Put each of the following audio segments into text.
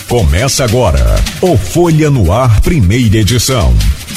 Começa agora o Folha no Ar, primeira edição.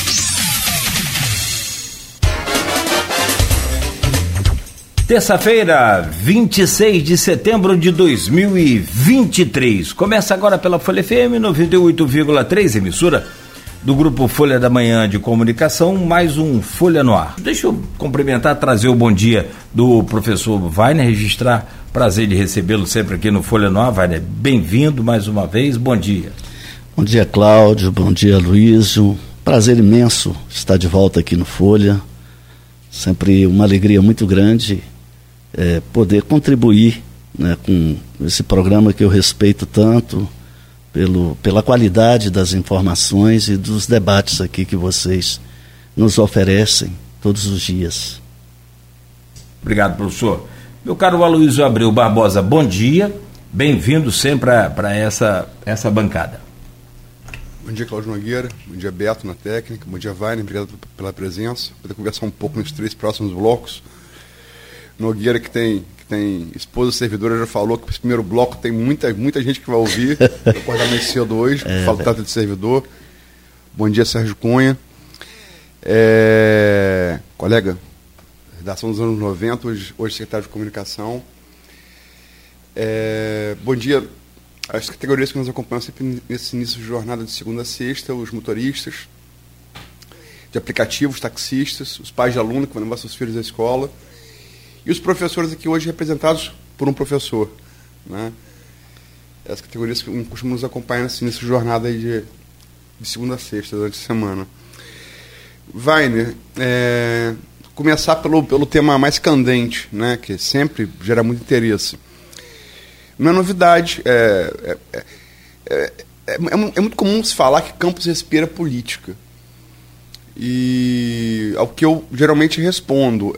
Terça-feira, 26 de setembro de 2023. Começa agora pela Folha FM 98,3, emissora do Grupo Folha da Manhã de Comunicação, mais um Folha no Ar. Deixa eu cumprimentar, trazer o bom dia do professor Wagner, registrar, prazer de recebê-lo sempre aqui no Folha no Ar. Wagner, bem-vindo mais uma vez, bom dia. Bom dia, Cláudio, bom dia, Luísio. Prazer imenso estar de volta aqui no Folha. Sempre uma alegria muito grande poder contribuir, né, com esse programa que eu respeito tanto, pela qualidade das informações e dos debates aqui que vocês nos oferecem todos os dias. Obrigado, professor. Meu caro Aloysio Abreu Barbosa, bom dia, bem-vindo sempre para essa bancada. Bom dia, Cláudio Nogueira, bom dia, Beto na técnica, bom dia, Wagner, obrigado pela presença, poder conversar um pouco nos 3 próximos blocos. Nogueira, que tem esposa servidora, já falou que esse primeiro bloco tem muita gente que vai ouvir. Eu acordar mais cedo hoje, falta de servidor. Bom dia, Sérgio Cunha. Colega, redação dos anos 90, hoje secretário de comunicação. Bom dia às categorias que nos acompanham sempre nesse início de jornada de segunda a sexta, os motoristas de aplicativos, taxistas, os pais de aluno que vão levar seus filhos à escola, e os professores aqui hoje representados por um professor, né? As categorias que costumam nos acompanhar nessa jornada aí de segunda a sexta, durante a semana. Wagner, começar pelo tema mais candente, né, que sempre gera muito interesse. Não é novidade, é muito comum se falar que Campos respira política. E ao que eu geralmente respondo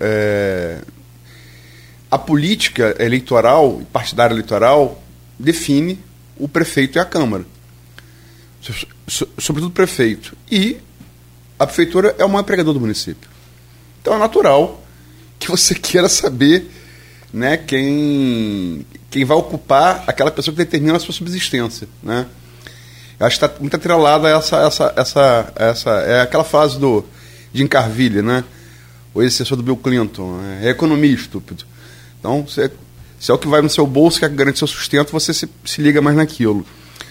a política eleitoral e partidária eleitoral define o prefeito e a Câmara, sobretudo o prefeito. E a prefeitura é o maior empregador do município. Então é natural que você queira saber, né, quem vai ocupar aquela pessoa que determina a sua subsistência, né? Eu acho que está muito atrelada a essa aquela frase do Jim Carvilha, né? O ex-assessor do Bill Clinton, é economia, estúpido. Então, se é o que vai no seu bolso, que garante seu sustento, você se liga mais naquilo.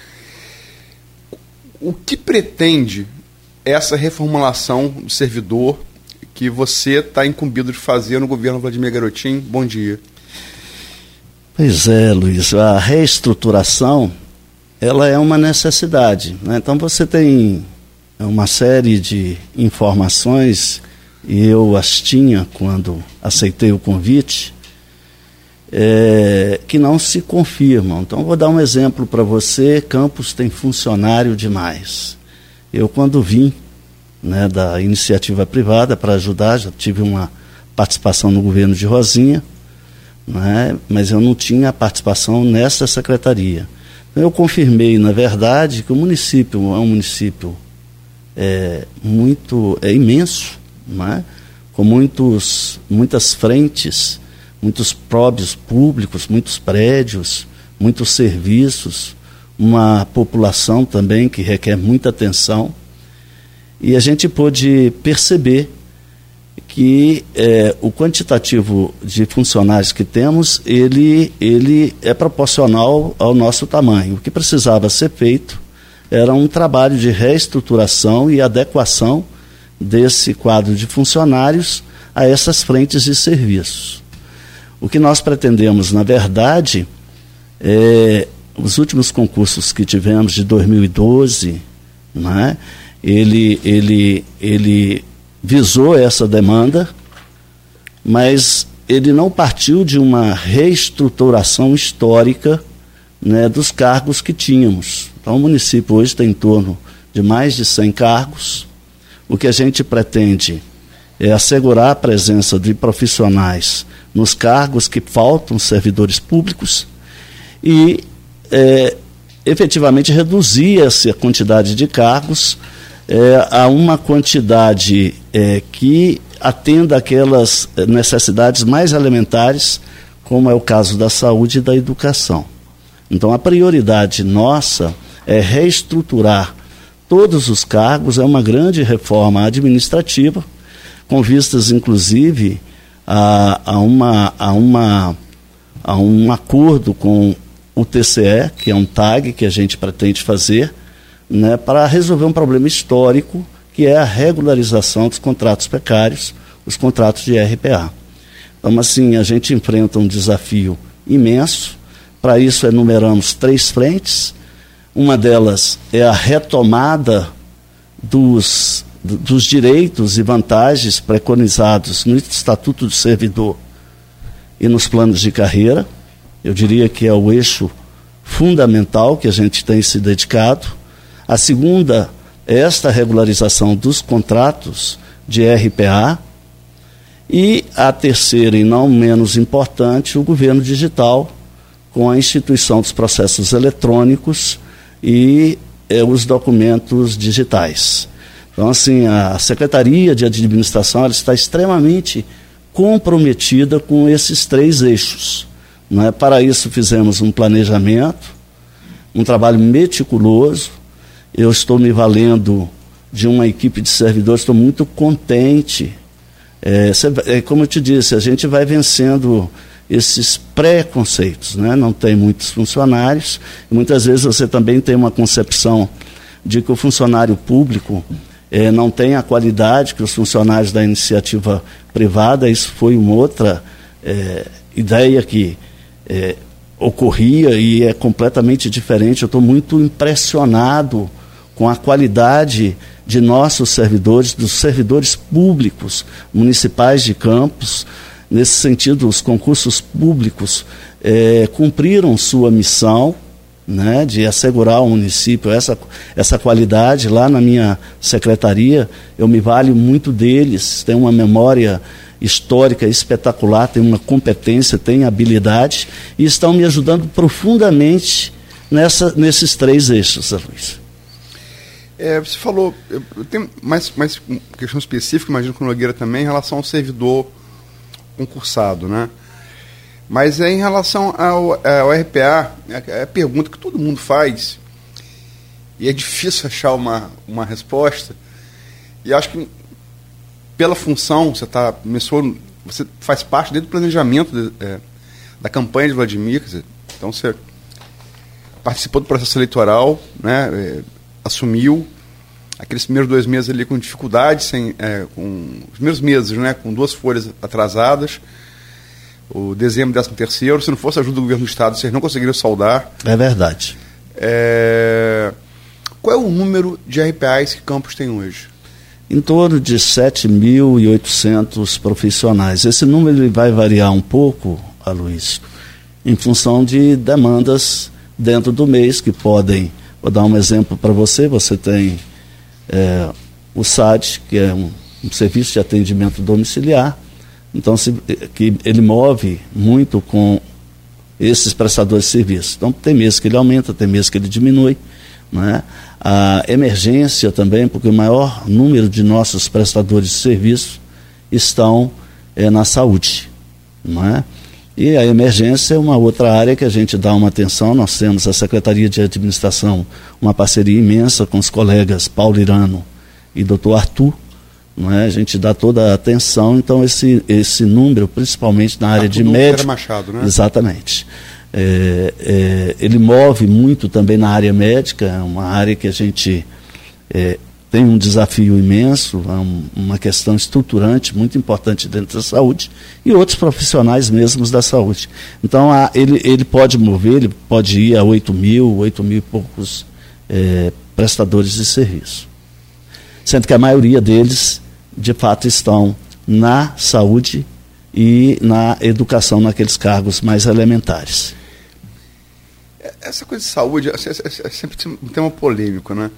O que pretende essa reformulação do servidor que você está incumbido de fazer no governo Vladimir Garotin? Bom dia. Pois é, Luiz, a reestruturação, ela é uma necessidade, né? Então você tem uma série de informações, e eu as tinha quando aceitei o convite, que não se confirmam. Então vou dar um exemplo para você. Campos tem funcionário demais. Eu, quando vim, né, da iniciativa privada para ajudar, já tive uma participação no governo de Rosinha, né, mas eu não tinha participação nessa secretaria. Então eu confirmei, na verdade, que o município é um município imenso, né, com muitas frentes, muitos próprios públicos, muitos prédios, muitos serviços, uma população também que requer muita atenção. E a gente pôde perceber que o quantitativo de funcionários que temos, ele é proporcional ao nosso tamanho. O que precisava ser feito era um trabalho de reestruturação e adequação desse quadro de funcionários a essas frentes de serviços. O que nós pretendemos, na verdade, os últimos concursos que tivemos de 2012, né, ele visou essa demanda, mas ele não partiu de uma reestruturação histórica, né, dos cargos que tínhamos. Então o município hoje tem em torno de mais de 100 cargos. O que a gente pretende é assegurar a presença de profissionais nos cargos que faltam, servidores públicos, e efetivamente reduzir essa quantidade de cargos a uma quantidade que atenda aquelas necessidades mais elementares, como é o caso da saúde e da educação. Então a prioridade nossa reestruturar todos os cargos, é uma grande reforma administrativa, com vistas, inclusive, a um acordo com o TCE, que é um TAG que a gente pretende fazer, né, para resolver um problema histórico, que é a regularização dos contratos precários, os contratos de RPA. Então, assim, a gente enfrenta um desafio imenso. Para isso, enumeramos 3 frentes. Uma delas é a retomada dos direitos e vantagens preconizados no Estatuto do Servidor e nos planos de carreira. Eu diria que é o eixo fundamental que a gente tem se dedicado. A segunda é esta regularização dos contratos de RPA. E a terceira, e não menos importante, o governo digital, com a instituição dos processos eletrônicos e os documentos digitais. Então, assim, a Secretaria de Administração ela está extremamente comprometida com esses 3 eixos. Não é? Para isso, fizemos um planejamento, um trabalho meticuloso. Eu estou me valendo de uma equipe de servidores, estou muito contente. Como eu te disse, a gente vai vencendo esses preconceitos, né? Não tem muitos funcionários, e muitas vezes você também tem uma concepção de que o funcionário público não tem a qualidade que os funcionários da iniciativa privada. Isso foi uma outra ideia que ocorria e é completamente diferente. Eu estou muito impressionado com a qualidade de nossos servidores, dos servidores públicos municipais de Campos. Nesse sentido, os concursos públicos cumpriram sua missão, né, de assegurar ao município essa qualidade. Lá na minha secretaria, eu me valho muito deles, tem uma memória histórica espetacular, tem uma competência, tem habilidade, e estão me ajudando profundamente nesses 3 eixos, Luiz. Você falou, eu tenho mais questão específica, imagino que o Nogueira também, em relação ao servidor concursado, né? Mas em relação ao RPA, é a pergunta que todo mundo faz, e é difícil achar uma resposta, e acho que pela função, você faz parte do planejamento da campanha de Vladimir, quer dizer, então você participou do processo eleitoral, né? Assumiu aqueles primeiros 2 meses ali com dificuldade, com os primeiros meses, né, com 2 folhas atrasadas, o dezembro, 13º, se não fosse a ajuda do governo do estado, vocês não conseguiriam saldar. É verdade. Qual é o número de RPAs que Campos tem hoje? Em torno de 7.800 profissionais. Esse número ele vai variar um pouco, Aloysio, em função de demandas dentro do mês que podem. Vou dar um exemplo para você. Você tem o SAD, que é um serviço de atendimento domiciliar. Então, que ele move muito com esses prestadores de serviço. Então, tem meses que ele aumenta, tem meses que ele diminui, né? A emergência também, porque o maior número de nossos prestadores de serviço estão na saúde, não é? E a emergência é uma outra área que a gente dá uma atenção. Nós temos a Secretaria de Administração, uma parceria imensa com os colegas Paulo Irano e Dr. Arthur, não é? A gente dá toda a atenção. Então esse número, principalmente na área de médico, Machado, né? Exatamente. Ele move muito também na área médica, é uma área que a gente tem um desafio imenso, uma questão estruturante muito importante dentro da saúde, e outros profissionais mesmos da saúde. Então ele pode mover, ele pode ir a 8.000 e poucos prestadores de serviço, sendo que a maioria deles de fato estão na saúde e na educação, naqueles cargos mais elementares. Essa coisa de saúde é sempre um tema polêmico, né?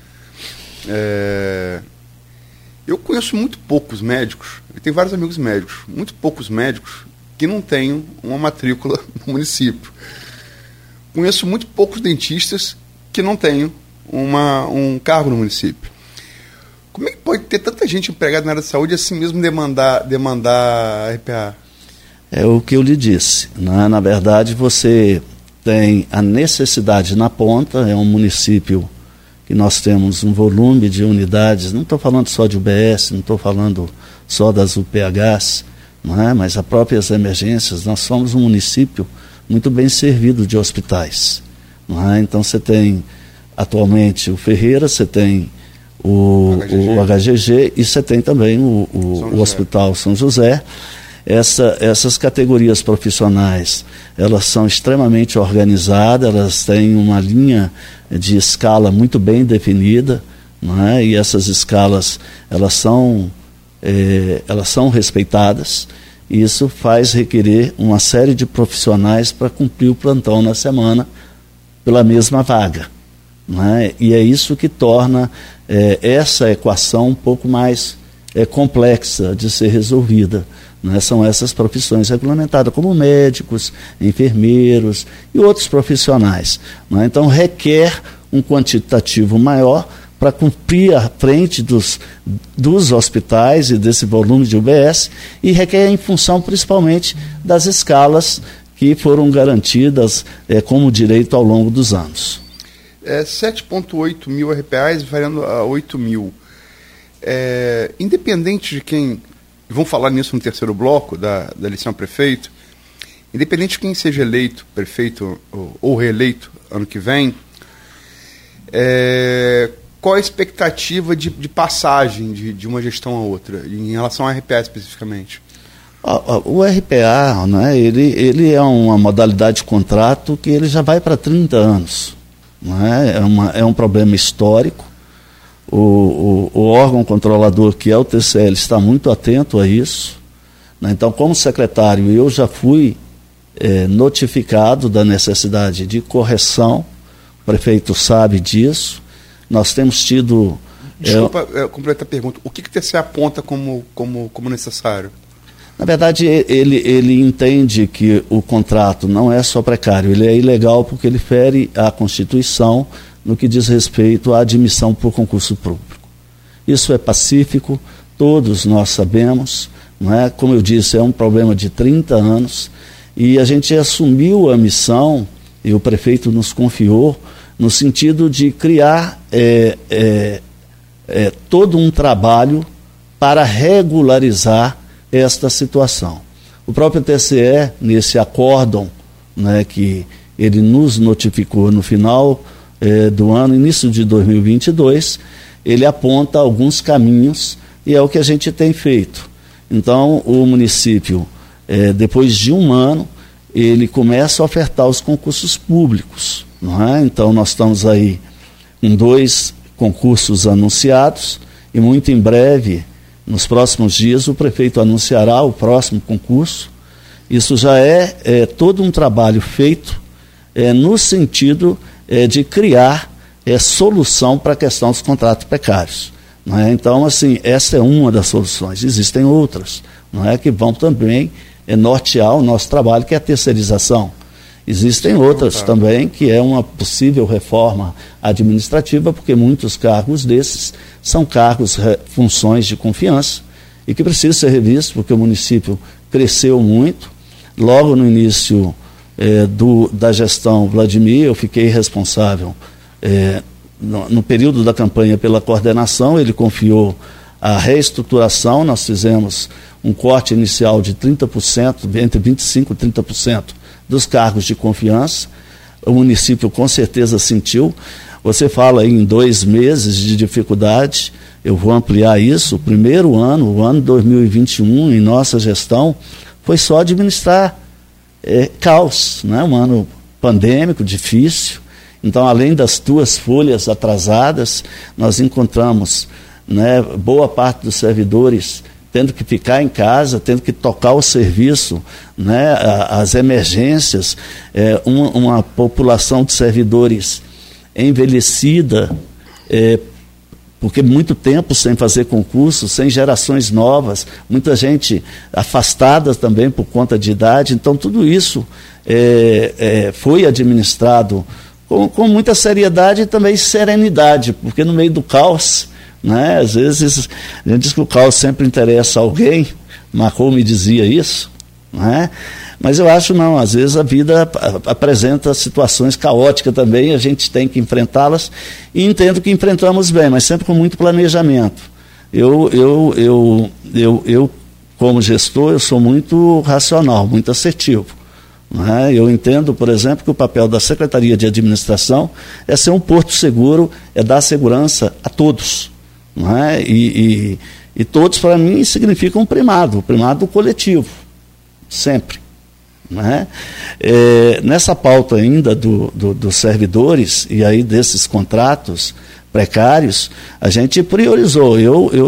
Eu conheço muito poucos médicos, eu tenho vários amigos médicos, muito poucos médicos que não tenham uma matrícula no município. Conheço muito poucos dentistas que não tenham um cargo no município. Como é que pode ter tanta gente empregada na área de saúde e assim mesmo demandar RPA? É o que eu lhe disse, né? Na verdade, você tem a necessidade na ponta, é um município que nós temos um volume de unidades, não estou falando só de UBS, não estou falando só das UPHs, não é? Mas as próprias emergências, nós somos um município muito bem servido de hospitais. Não é? Então você tem atualmente o Ferreira, você tem o HGG e você tem também o Hospital São José. Essas categorias profissionais, elas são extremamente organizadas, elas têm uma linha de escala muito bem definida, não é? E essas escalas, elas são respeitadas, e isso faz requerer uma série de profissionais para cumprir o plantão na semana pela mesma vaga. Não é? E é isso que torna essa equação um pouco mais complexa de ser resolvida. Né? São essas profissões regulamentadas, como médicos, enfermeiros e outros profissionais. Né? Então, requer um quantitativo maior para cumprir à frente dos hospitais e desse volume de UBS, e requer em função principalmente das escalas que foram garantidas como direito ao longo dos anos. 7,8 mil RPAs variando a 8 mil. Independente de quem, vamos falar nisso no terceiro bloco da eleição a prefeito, independente de quem seja eleito prefeito ou reeleito ano que vem, qual a expectativa de passagem de uma gestão a outra, em relação ao RPA especificamente? O RPA, né, ele é uma modalidade de contrato que ele já vai para 30 anos. É um problema histórico. O órgão controlador, que é o TCL, está muito atento a isso. Né? Então, como secretário, eu já fui notificado da necessidade de correção. O prefeito sabe disso. Nós temos tido... Desculpa, completar a pergunta. O que o TCE aponta como necessário? Na verdade, ele entende que o contrato não é só precário, ele é ilegal porque ele fere a Constituição no que diz respeito à admissão por concurso público. Isso é pacífico, todos nós sabemos, não é? Como eu disse, é um problema de 30 anos, e a gente assumiu a missão, e o prefeito nos confiou, no sentido de criar todo um trabalho para regularizar esta situação. O próprio TCE, nesse acórdão, né, que ele nos notificou no final do ano, início de 2022, ele aponta alguns caminhos, e é o que a gente tem feito. Então, o município, depois de um ano, ele começa a ofertar os concursos públicos. Não é? Então, nós estamos aí com 2 concursos anunciados, e muito em breve, nos próximos dias, o prefeito anunciará o próximo concurso. Isso já é todo um trabalho feito no sentido de criar solução para a questão dos contratos precários. Não é? Então, assim, essa é uma das soluções. Existem outras, não é, que vão também nortear o nosso trabalho, que é a terceirização. Existem outras também, que é uma possível reforma administrativa, porque muitos cargos desses são cargos, funções de confiança, e que precisam ser revistos, porque o município cresceu muito. Logo no início da gestão Vladimir, eu fiquei responsável, no período da campanha, pela coordenação. Ele confiou a reestruturação, nós fizemos um corte inicial de 30%, entre 25% e 30%, dos cargos de confiança. O município com certeza sentiu. Você fala aí em 2 meses de dificuldade, eu vou ampliar isso. O primeiro ano, o ano 2021, em nossa gestão, foi só administrar caos, né? Um ano pandêmico, difícil. Então, além das 2 folhas atrasadas, nós encontramos, né, boa parte dos servidores tendo que ficar em casa, tendo que tocar o serviço, né, as emergências, uma população de servidores envelhecida, porque muito tempo sem fazer concurso, sem gerações novas, muita gente afastada também por conta de idade. Então, tudo isso foi administrado com muita seriedade e também serenidade, porque no meio do caos, né, às vezes a gente diz que o caos sempre interessa a alguém. Marcou me dizia isso, né? Mas eu acho não, às vezes a vida apresenta situações caóticas também, a gente tem que enfrentá-las, e entendo que enfrentamos bem, mas sempre com muito planejamento. Eu como gestor, eu sou muito racional, muito assertivo. Não é? Eu entendo, por exemplo, que o papel da Secretaria de Administração é ser um porto seguro, é dar segurança a todos. Não é? E todos, para mim, significam um primado, o primado coletivo, sempre. Não é? Nessa pauta ainda dos servidores, e aí desses contratos precários, a gente priorizou.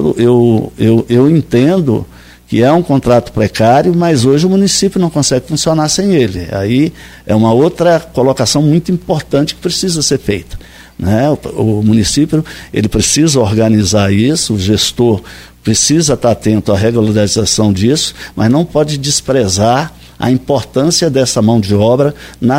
Eu entendo que é um contrato precário, mas hoje o município não consegue funcionar sem ele. Aí é uma outra colocação muito importante que precisa ser feita. Né? O município ele precisa organizar isso, o gestor precisa estar atento à regularização disso, mas não pode desprezar a importância dessa mão de obra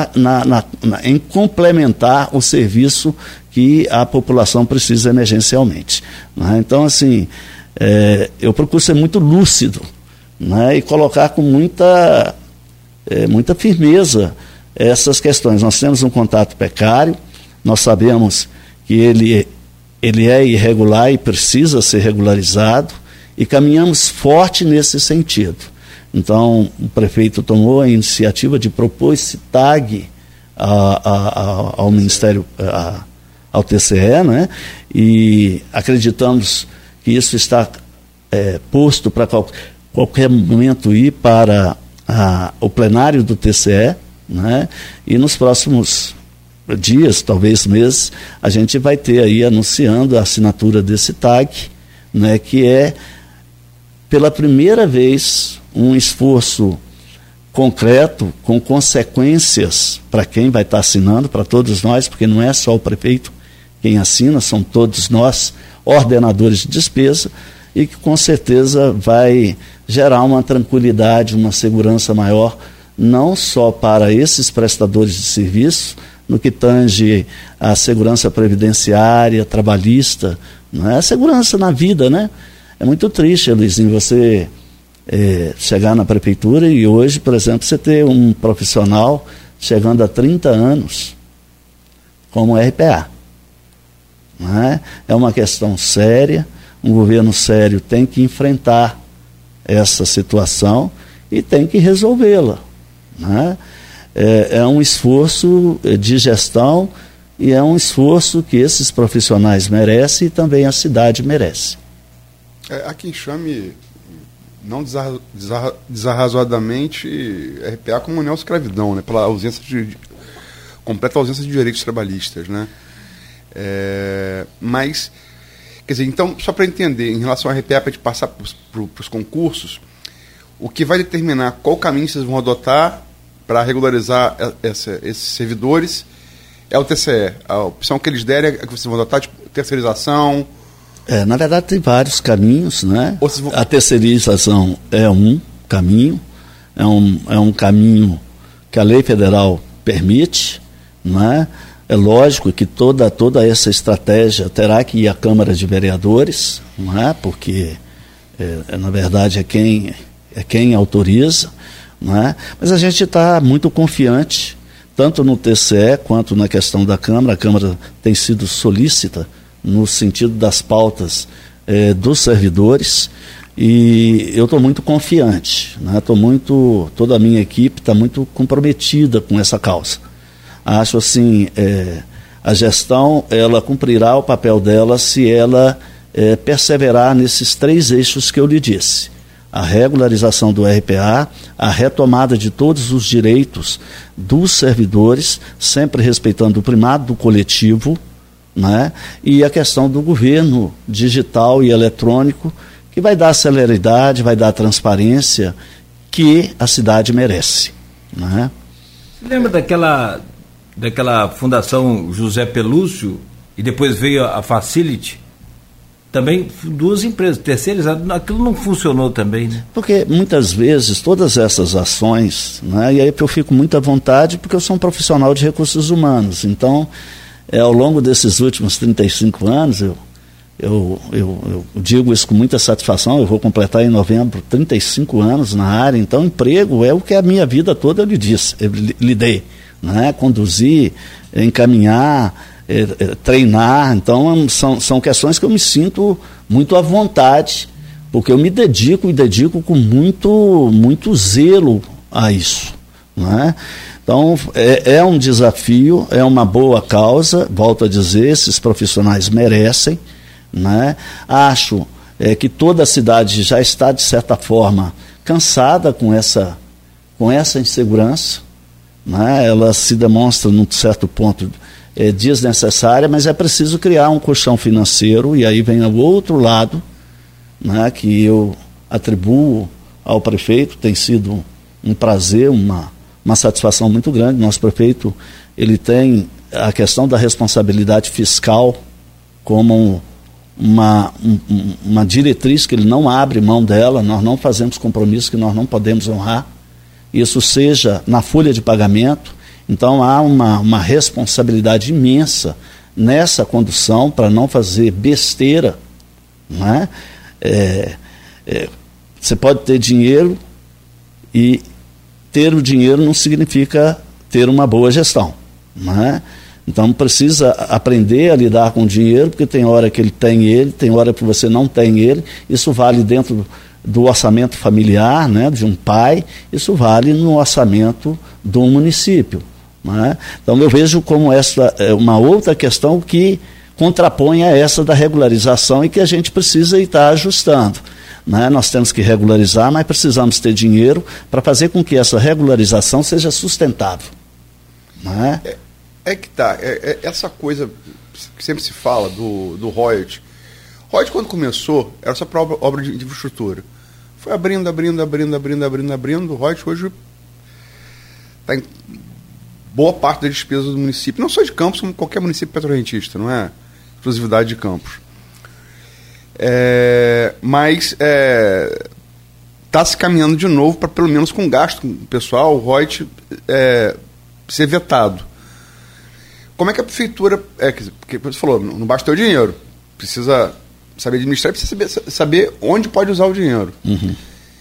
em complementar o serviço que a população precisa emergencialmente. Né? Então, assim, eu procuro ser muito lúcido, né? E colocar com muita firmeza essas questões. Nós temos um contrato precário, nós sabemos que ele é irregular e precisa ser regularizado, e caminhamos forte nesse sentido. Então, o prefeito tomou a iniciativa de propor esse tag ao Ministério, ao TCE, né? E acreditamos que isso está posto para qualquer momento ir para o plenário do TCE, né? E nos próximos dias, talvez meses, a gente vai ter aí anunciando a assinatura desse tag, né? Que é, pela primeira vez, um esforço concreto, com consequências para quem vai estar assinando, para todos nós, porque não é só o prefeito quem assina, são todos nós, ordenadores de despesa, e que com certeza vai gerar uma tranquilidade, uma segurança maior, não só para esses prestadores de serviço, no que tange a segurança previdenciária, trabalhista, não é? A segurança na vida, né? É muito triste, Luizinho, você chegar na prefeitura e hoje, por exemplo, você ter um profissional chegando a 30 anos como RPA. Não é? É uma questão séria, um governo sério tem que enfrentar essa situação e tem que resolvê-la. Não é? É um esforço de gestão e é um esforço que esses profissionais merecem e também a cidade merece. Há quem chame, não desarrazoadamente, RPA como neoescravidão, né? Pela completa ausência de direitos trabalhistas, né? Mas, quer dizer, então, só para entender, em relação ao RPA, para a gente passar para os concursos, o que vai determinar qual caminho vocês vão adotar para regularizar esses servidores é o TCE. A opção que eles derem é que vocês vão adotar, tipo, terceirização. Na verdade, tem vários caminhos, né? A terceirização é um caminho, é um caminho que a lei federal permite, não é? É lógico que toda essa estratégia terá que ir à Câmara de Vereadores, não é? Porque, na verdade, é quem autoriza, não é? Mas a gente está muito confiante, tanto no TCE quanto na questão da Câmara. A Câmara tem sido solícita no sentido das pautas dos servidores, e eu estou muito confiante, né? Toda a minha equipe está muito comprometida com essa causa. Acho assim, a gestão ela cumprirá o papel dela se ela perseverar nesses 3 eixos que eu lhe disse: a regularização do RPA, a retomada de todos os direitos dos servidores, sempre respeitando o primado do coletivo, né? E a questão do governo digital e eletrônico, que vai dar celeridade, vai dar transparência que a cidade merece, né? Você lembra daquela fundação José Pelúcio, e depois veio a Facility? Também 2 empresas terceirizadas, aquilo não funcionou também, né? Porque muitas vezes todas essas ações, né, e aí eu fico muito à vontade porque eu sou um profissional de recursos humanos, então ao longo desses últimos 35 anos eu digo isso com muita satisfação, eu vou completar em novembro 35 anos na área, então emprego é o que a minha vida toda eu lhe dei, né? Conduzir, encaminhar, treinar, então são questões que eu me sinto muito à vontade, porque eu me dedico com muito zelo a isso, né? Então é um desafio, é uma boa causa, volto a dizer, esses profissionais merecem, né? Acho que toda a cidade já está, de certa forma, cansada com essa insegurança, né? Ela se demonstra, num certo ponto, desnecessária, mas é preciso criar um colchão financeiro, e aí vem o outro lado, né, que eu atribuo ao prefeito. Tem sido um prazer, uma satisfação muito grande. Nosso prefeito, ele tem a questão da responsabilidade fiscal como uma diretriz que ele não abre mão dela. Nós não fazemos compromissos que nós não podemos honrar, isso seja na folha de pagamento. Então há uma responsabilidade imensa nessa condução para não fazer besteira, né? Você pode ter dinheiro, e ter o dinheiro não significa ter uma boa gestão, né? Então precisa aprender a lidar com o dinheiro, porque tem hora que ele tem hora que você não tem ele. Isso vale dentro do orçamento familiar, né, de um pai, isso vale no orçamento do município, né? Então eu vejo como essa é uma outra questão que contrapõe a essa da regularização e que a gente precisa estar ajustando, né? Nós temos que regularizar, mas precisamos ter dinheiro para fazer com que essa regularização seja sustentável, né? Que tá, essa coisa que sempre se fala do royalty. Royalty, quando começou, era só para obra de infraestrutura. Foi abrindo. O royalty hoje está em boa parte da despesa do município, não só de Campos, como qualquer município petrorrentista, não é exclusividade de Campos. Mas está se caminhando de novo para, pelo menos com gasto pessoal, o royalty ser vetado. Como é que a prefeitura... porque você falou, não basta ter o dinheiro, precisa saber administrar, precisa saber onde pode usar o dinheiro. Uhum.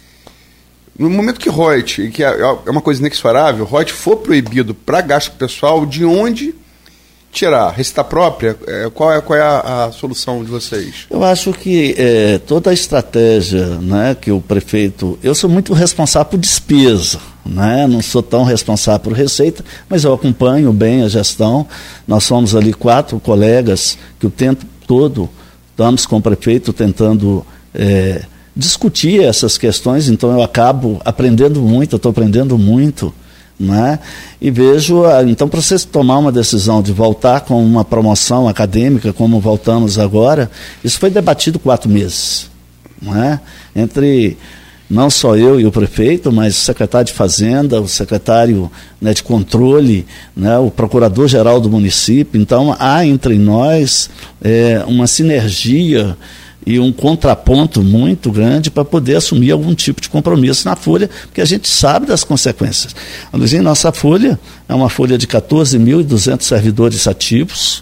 No momento que royalty, que é uma coisa inexorável, royalty for proibido para gasto pessoal, de onde tirar? Receita própria? Qual é a solução de vocês? Eu acho que toda a estratégia, né, que o prefeito... Eu sou muito responsável por despesa, né? Não sou tão responsável por receita, mas eu acompanho bem a gestão. Nós somos ali 4 colegas que o tempo todo estamos com o prefeito tentando discutir essas questões, então eu acabo aprendendo muito, eu estou aprendendo muito, né? E vejo, então, para você tomar uma decisão de voltar com uma promoção acadêmica, como voltamos agora, isso foi debatido 4 meses, né? Entre não só eu e o prefeito, mas o secretário de Fazenda, o secretário, né, de Controle, né, o procurador-geral do município. Então há entre nós uma sinergia e um contraponto muito grande para poder assumir algum tipo de compromisso na folha, porque a gente sabe das consequências. Luizinho, nossa folha é uma folha de 14.200 servidores ativos,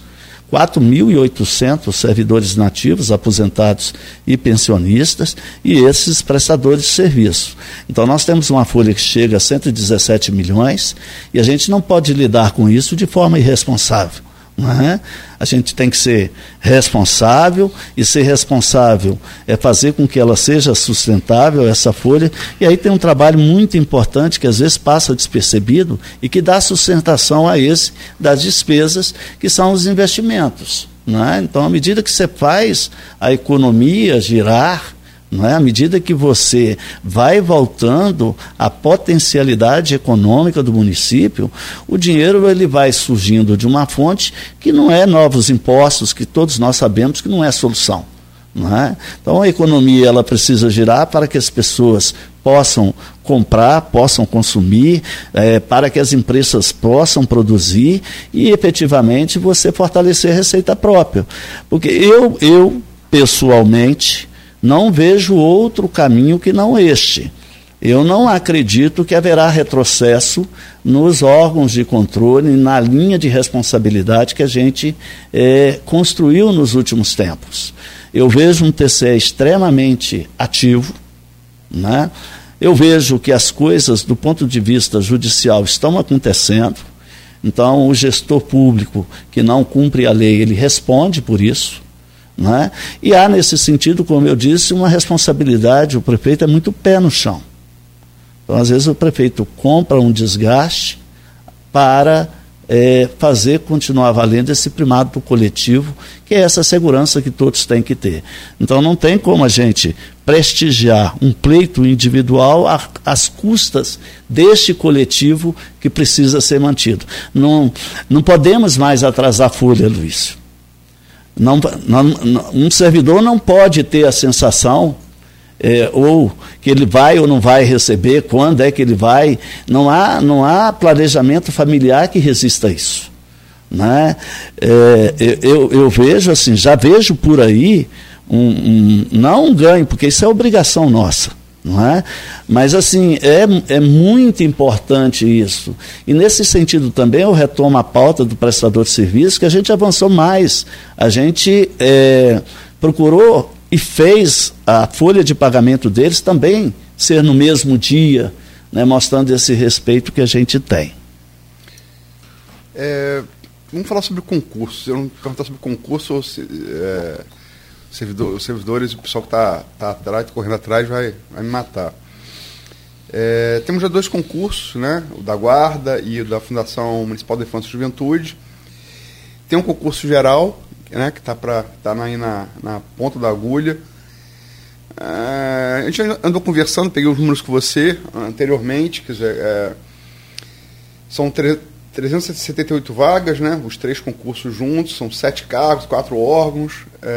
4.800 servidores nativos, aposentados e pensionistas, e esses prestadores de serviço. Então nós temos uma folha que chega a 117 milhões, e a gente não pode lidar com isso de forma irresponsável. Né? A gente tem que ser responsável, e ser responsável é fazer com que ela seja sustentável, essa folha, e aí tem um trabalho muito importante que às vezes passa despercebido e que dá sustentação a esse das despesas, que são os investimentos, né? Então, à medida que você faz a economia girar, não é? À medida que você vai voltando à potencialidade econômica do município, o dinheiro ele vai surgindo de uma fonte que não é novos impostos, que todos nós sabemos que não é a solução. Não é? Então a economia ela precisa girar para que as pessoas possam comprar, possam consumir, para que as empresas possam produzir e efetivamente você fortalecer a receita própria. Porque eu pessoalmente, não vejo outro caminho que não este. Eu não acredito que haverá retrocesso nos órgãos de controle, na linha de responsabilidade que a gente construiu nos últimos tempos. eu vejo um TCE extremamente ativo, né? Eu vejo que as coisas, do ponto de vista judicial, estão acontecendo. Então, o gestor público que não cumpre a lei, ele responde por isso, né? E há, nesse sentido, como eu disse, uma responsabilidade. O prefeito é muito pé no chão. Então, às vezes, o prefeito compra um desgaste para fazer continuar valendo esse primado do coletivo, que é essa segurança que todos têm que ter. Então, não tem como a gente prestigiar um pleito individual às custas deste coletivo que precisa ser mantido. Não podemos mais atrasar a folha, Luiz. Um servidor não pode ter a sensação ou que ele vai ou não vai receber, quando é que ele vai. Não há planejamento familiar que resista a isso, né? Eu vejo assim, já vejo por aí não um ganho, porque isso é obrigação nossa, não é? Mas assim, é muito importante isso. E nesse sentido também eu retomo a pauta do prestador de serviço, que a gente avançou mais. A gente procurou e fez a folha de pagamento deles também ser no mesmo dia, né, mostrando esse respeito que a gente tem. Vamos falar sobre concursos. Eu não vou perguntar sobre concurso ou os servidores, o pessoal que está atrás, correndo atrás, vai me matar. Temos já 2 concursos, né, o da Guarda e o da Fundação Municipal de Infância e Juventude. Tem um concurso geral, né, que está aí na ponta da agulha. A gente andou conversando, peguei os números com você anteriormente, quer dizer, são 378 vagas, né, os 3 concursos juntos, são 7 cargos, 4 órgãos.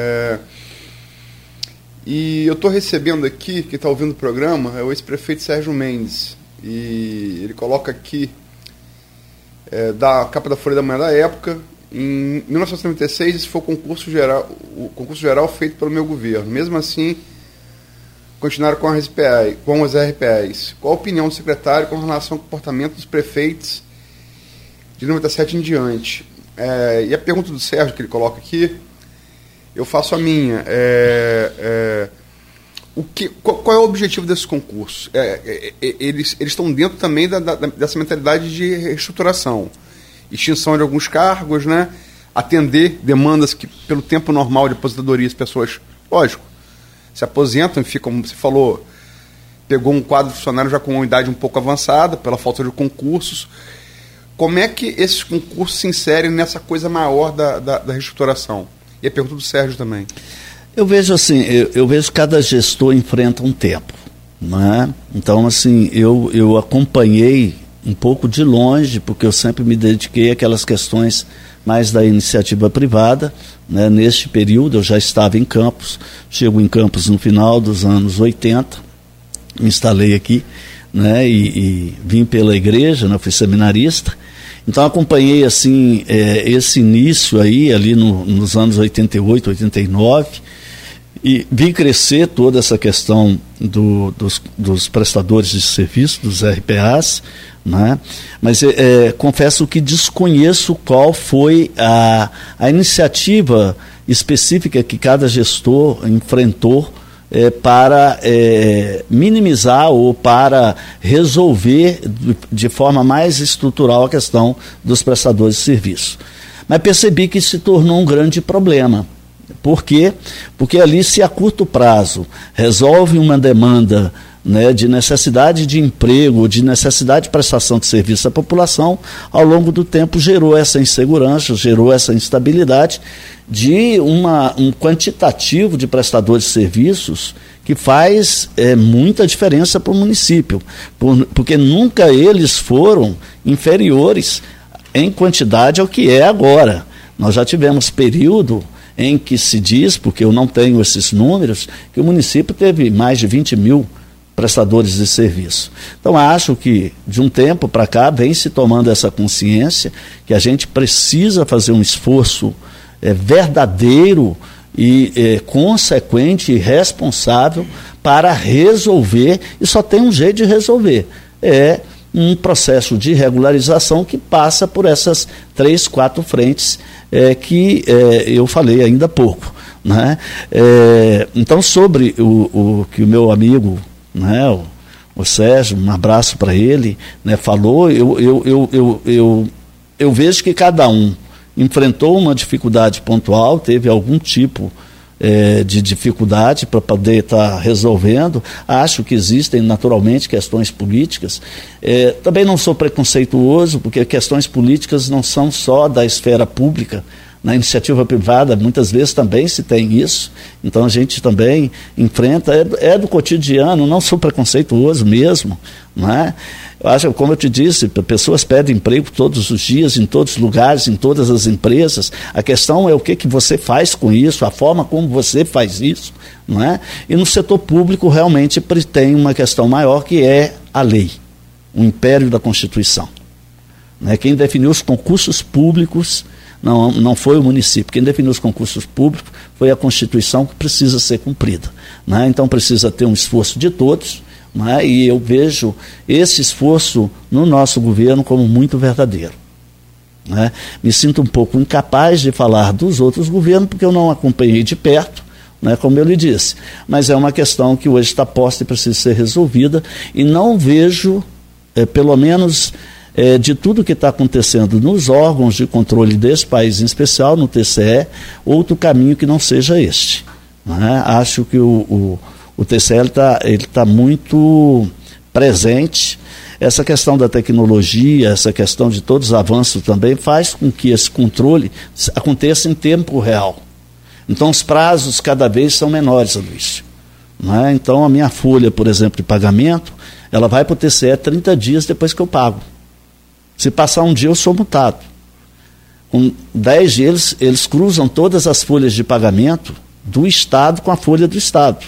E eu estou recebendo aqui, quem está ouvindo o programa, é o ex-prefeito Sérgio Mendes, e ele coloca aqui, da capa da Folha da Manhã da época, em 1996, esse foi o concurso geral feito pelo meu governo. Mesmo assim, continuaram com as RPAs. Qual a opinião do secretário com relação ao comportamento dos prefeitos de 97 em diante? E a pergunta do Sérgio, que ele coloca aqui, eu faço a minha. Qual é o objetivo desses concursos? Eles estão dentro também dessa mentalidade de reestruturação. Extinção de alguns cargos, né? Atender demandas que, pelo tempo normal de aposentadoria, as pessoas, lógico, se aposentam e ficam, como você falou, pegou um quadro de funcionário já com uma idade um pouco avançada, pela falta de concursos. Como é que esses concursos se inserem nessa coisa maior da reestruturação? E a pergunta do Sérgio também. Eu vejo assim, eu vejo que cada gestor enfrenta um tempo, né? Então, assim, eu acompanhei um pouco de longe, porque eu sempre me dediquei àquelas questões mais da iniciativa privada, né? Neste período eu já estava em Campos, chego em Campos no final dos anos 80, me instalei aqui, né? E vim pela igreja, né? Fui seminarista, então acompanhei assim, esse início aí, ali nos anos 88, 89, e vi crescer toda essa questão dos prestadores de serviço, dos RPAs, né? Mas confesso que desconheço qual foi a iniciativa específica que cada gestor enfrentou para minimizar ou para resolver de forma mais estrutural a questão dos prestadores de serviço. Mas percebi que se tornou um grande problema. Por quê? Porque ali, se a curto prazo resolve uma demanda, né, de necessidade de emprego, de necessidade de prestação de serviço à população, ao longo do tempo gerou essa insegurança, gerou essa instabilidade de um quantitativo de prestadores de serviços que faz muita diferença para o município, porque nunca eles foram inferiores em quantidade ao que é agora. Nós já tivemos período em que se diz, porque eu não tenho esses números, que o município teve mais de 20 mil prestadores de serviço. Então, acho que de um tempo para cá vem se tomando essa consciência que a gente precisa fazer um esforço verdadeiro e consequente e responsável para resolver, e só tem um jeito de resolver, um processo de regularização que passa por essas 3, 4 frentes que eu falei ainda há pouco, né? Então, sobre o que o meu amigo, né, o Sérgio, um abraço para ele, né, falou, eu vejo que cada um enfrentou uma dificuldade pontual, teve algum tipo de dificuldade para poder estar resolvendo. Acho que existem naturalmente questões políticas. Também não sou preconceituoso, porque questões políticas não são só da esfera pública. Na iniciativa privada muitas vezes também se tem isso, então a gente também enfrenta, do cotidiano, não sou preconceituoso mesmo, não é? Eu acho, como eu te disse, pessoas pedem emprego todos os dias, em todos os lugares, em todas as empresas. A questão é o que você faz com isso, a forma como você faz isso, não é? E no setor público realmente tem uma questão maior, que é a lei, o império da Constituição, né? Quem definiu os concursos públicos não foi o município. Quem definiu os concursos públicos foi a Constituição, que precisa ser cumprida, né? Então precisa ter um esforço de todos, né? E eu vejo esse esforço no nosso governo como muito verdadeiro, né? Me sinto um pouco incapaz de falar dos outros governos, porque eu não acompanhei de perto, né, como eu lhe disse, mas é uma questão que hoje está posta e precisa ser resolvida, e não vejo, pelo menos de tudo que está acontecendo nos órgãos de controle desse país, em especial no TCE, outro caminho que não seja este, né? Acho que o TCE está muito presente. Essa questão da tecnologia, essa questão de todos os avanços também faz com que esse controle aconteça em tempo real. Então os prazos cada vez são menores, Luiz, né? Então a minha folha, por exemplo, de pagamento, ela vai para o TCE 30 dias depois que eu pago. Se passar um dia, eu sou multado. Com 10 dias, eles cruzam todas as folhas de pagamento do Estado com a folha do Estado.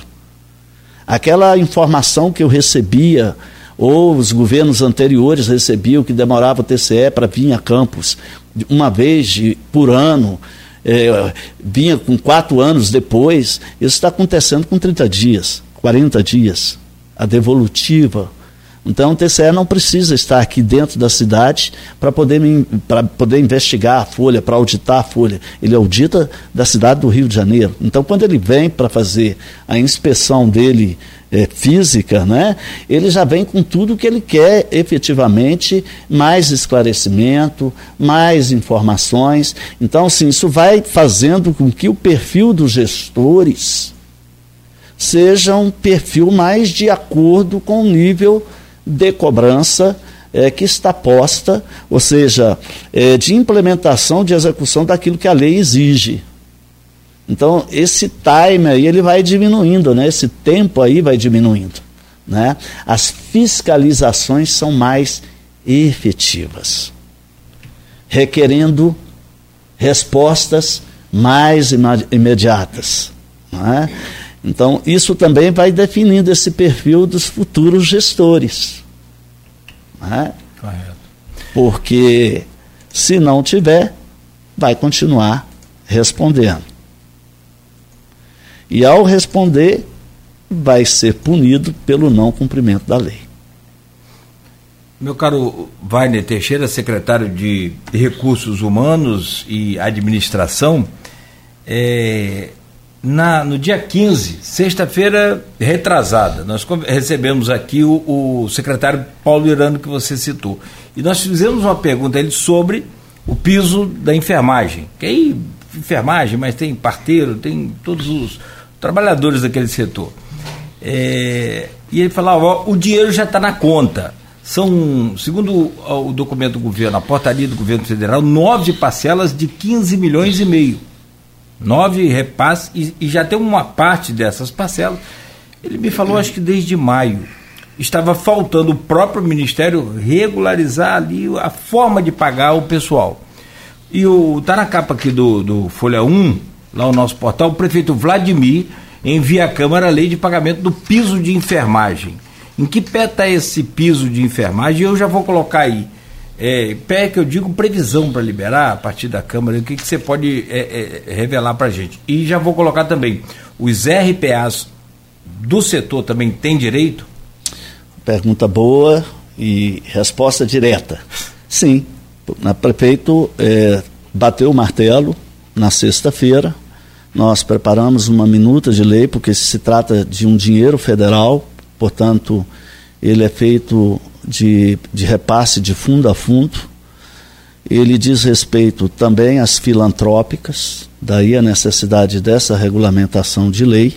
Aquela informação que eu recebia, ou os governos anteriores recebiam, que demorava o TCE para vir a Campos uma vez por ano, vinha com 4 anos depois, isso está acontecendo com 30 dias, 40 dias, a devolutiva. Então o TCE não precisa estar aqui dentro da cidade para poder investigar a folha, para auditar a folha. Ele audita da cidade do Rio de Janeiro. Então quando ele vem para fazer a inspeção dele física, né, ele já vem com tudo que ele quer efetivamente, mais esclarecimento, mais informações. Então assim, isso vai fazendo com que o perfil dos gestores seja um perfil mais de acordo com o nível de cobrança que está posta, ou seja, de implementação, de execução daquilo que a lei exige. Então, esse time aí, ele vai diminuindo, né? Esse tempo aí vai diminuindo, né? As fiscalizações são mais efetivas, requerendo respostas mais imediatas, né? Então, isso também vai definindo esse perfil dos futuros gestores, né? Correto. Porque, se não tiver, vai continuar respondendo. E, ao responder, vai ser punido pelo não cumprimento da lei. Meu caro Wagner Teixeira, secretário de Recursos Humanos e Administração, no dia 15, sexta-feira retrasada, nós recebemos aqui o secretário Paulo Irano, que você citou, e nós fizemos uma pergunta a ele sobre o piso da enfermagem, que aí enfermagem, mas tem parteiro, tem todos os trabalhadores daquele setor, e ele falava, o dinheiro já está na conta. São, segundo o documento do governo, a portaria do governo federal, 9 parcelas de 15 milhões e meio. 9 repasses, e já tem uma parte dessas parcelas. Ele me falou, acho que desde maio, estava faltando o próprio Ministério regularizar ali a forma de pagar o pessoal. E está na capa aqui do Folha 1, lá o nosso portal, o prefeito Vladimir envia à Câmara a lei de pagamento do piso de enfermagem. Em que pé está esse piso de enfermagem? Eu já vou colocar aí. Pé que eu digo previsão para liberar a partir da Câmara, o que você pode revelar para a gente? E já vou colocar também, os RPAs do setor também têm direito? Pergunta boa e resposta direta. Sim, o prefeito bateu o martelo na sexta-feira, nós preparamos uma minuta de lei, porque se trata de um dinheiro federal, portanto, ele é feito de repasse de fundo a fundo. Ele diz respeito também às filantrópicas, daí a necessidade dessa regulamentação de lei,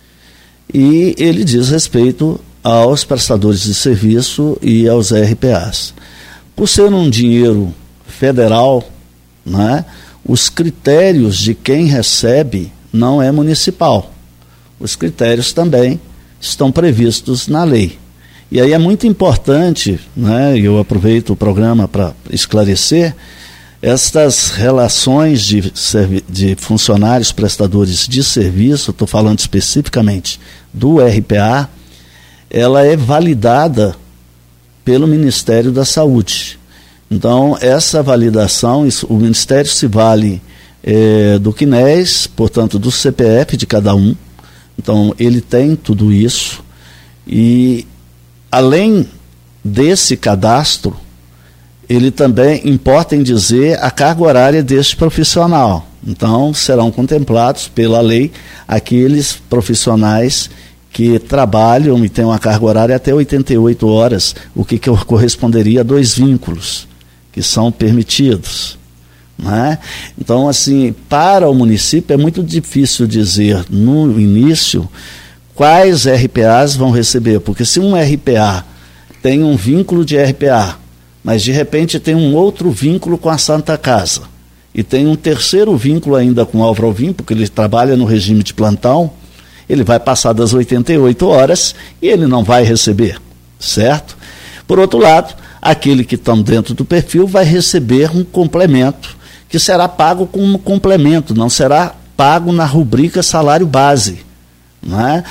e ele diz respeito aos prestadores de serviço e aos RPAs. Por ser um dinheiro federal, né, os critérios de quem recebe não é municipal. Os critérios também estão previstos na lei. E aí é muito importante, né, eu aproveito o programa para esclarecer, estas relações de funcionários prestadores de serviço, estou falando especificamente do RPA, ela é validada pelo Ministério da Saúde. Então, essa validação, o Ministério se vale do CNES, portanto, do CPF de cada um. Então, ele tem tudo isso. E, além desse cadastro, ele também importa em dizer a carga horária deste profissional. Então, serão contemplados pela lei aqueles profissionais que trabalham e têm uma carga horária até 88 horas, o que corresponderia a 2 vínculos que são permitidos. Né? Então, assim, para o município é muito difícil dizer no início quais RPAs vão receber, porque se um RPA tem um vínculo de RPA, mas de repente tem um outro vínculo com a Santa Casa, e tem um terceiro vínculo ainda com o Álvaro Alvim, porque ele trabalha no regime de plantão, ele vai passar das 88 horas e ele não vai receber, certo? Por outro lado, aquele que está dentro do perfil vai receber um complemento, que será pago como complemento, não será pago na rubrica salário base. Né?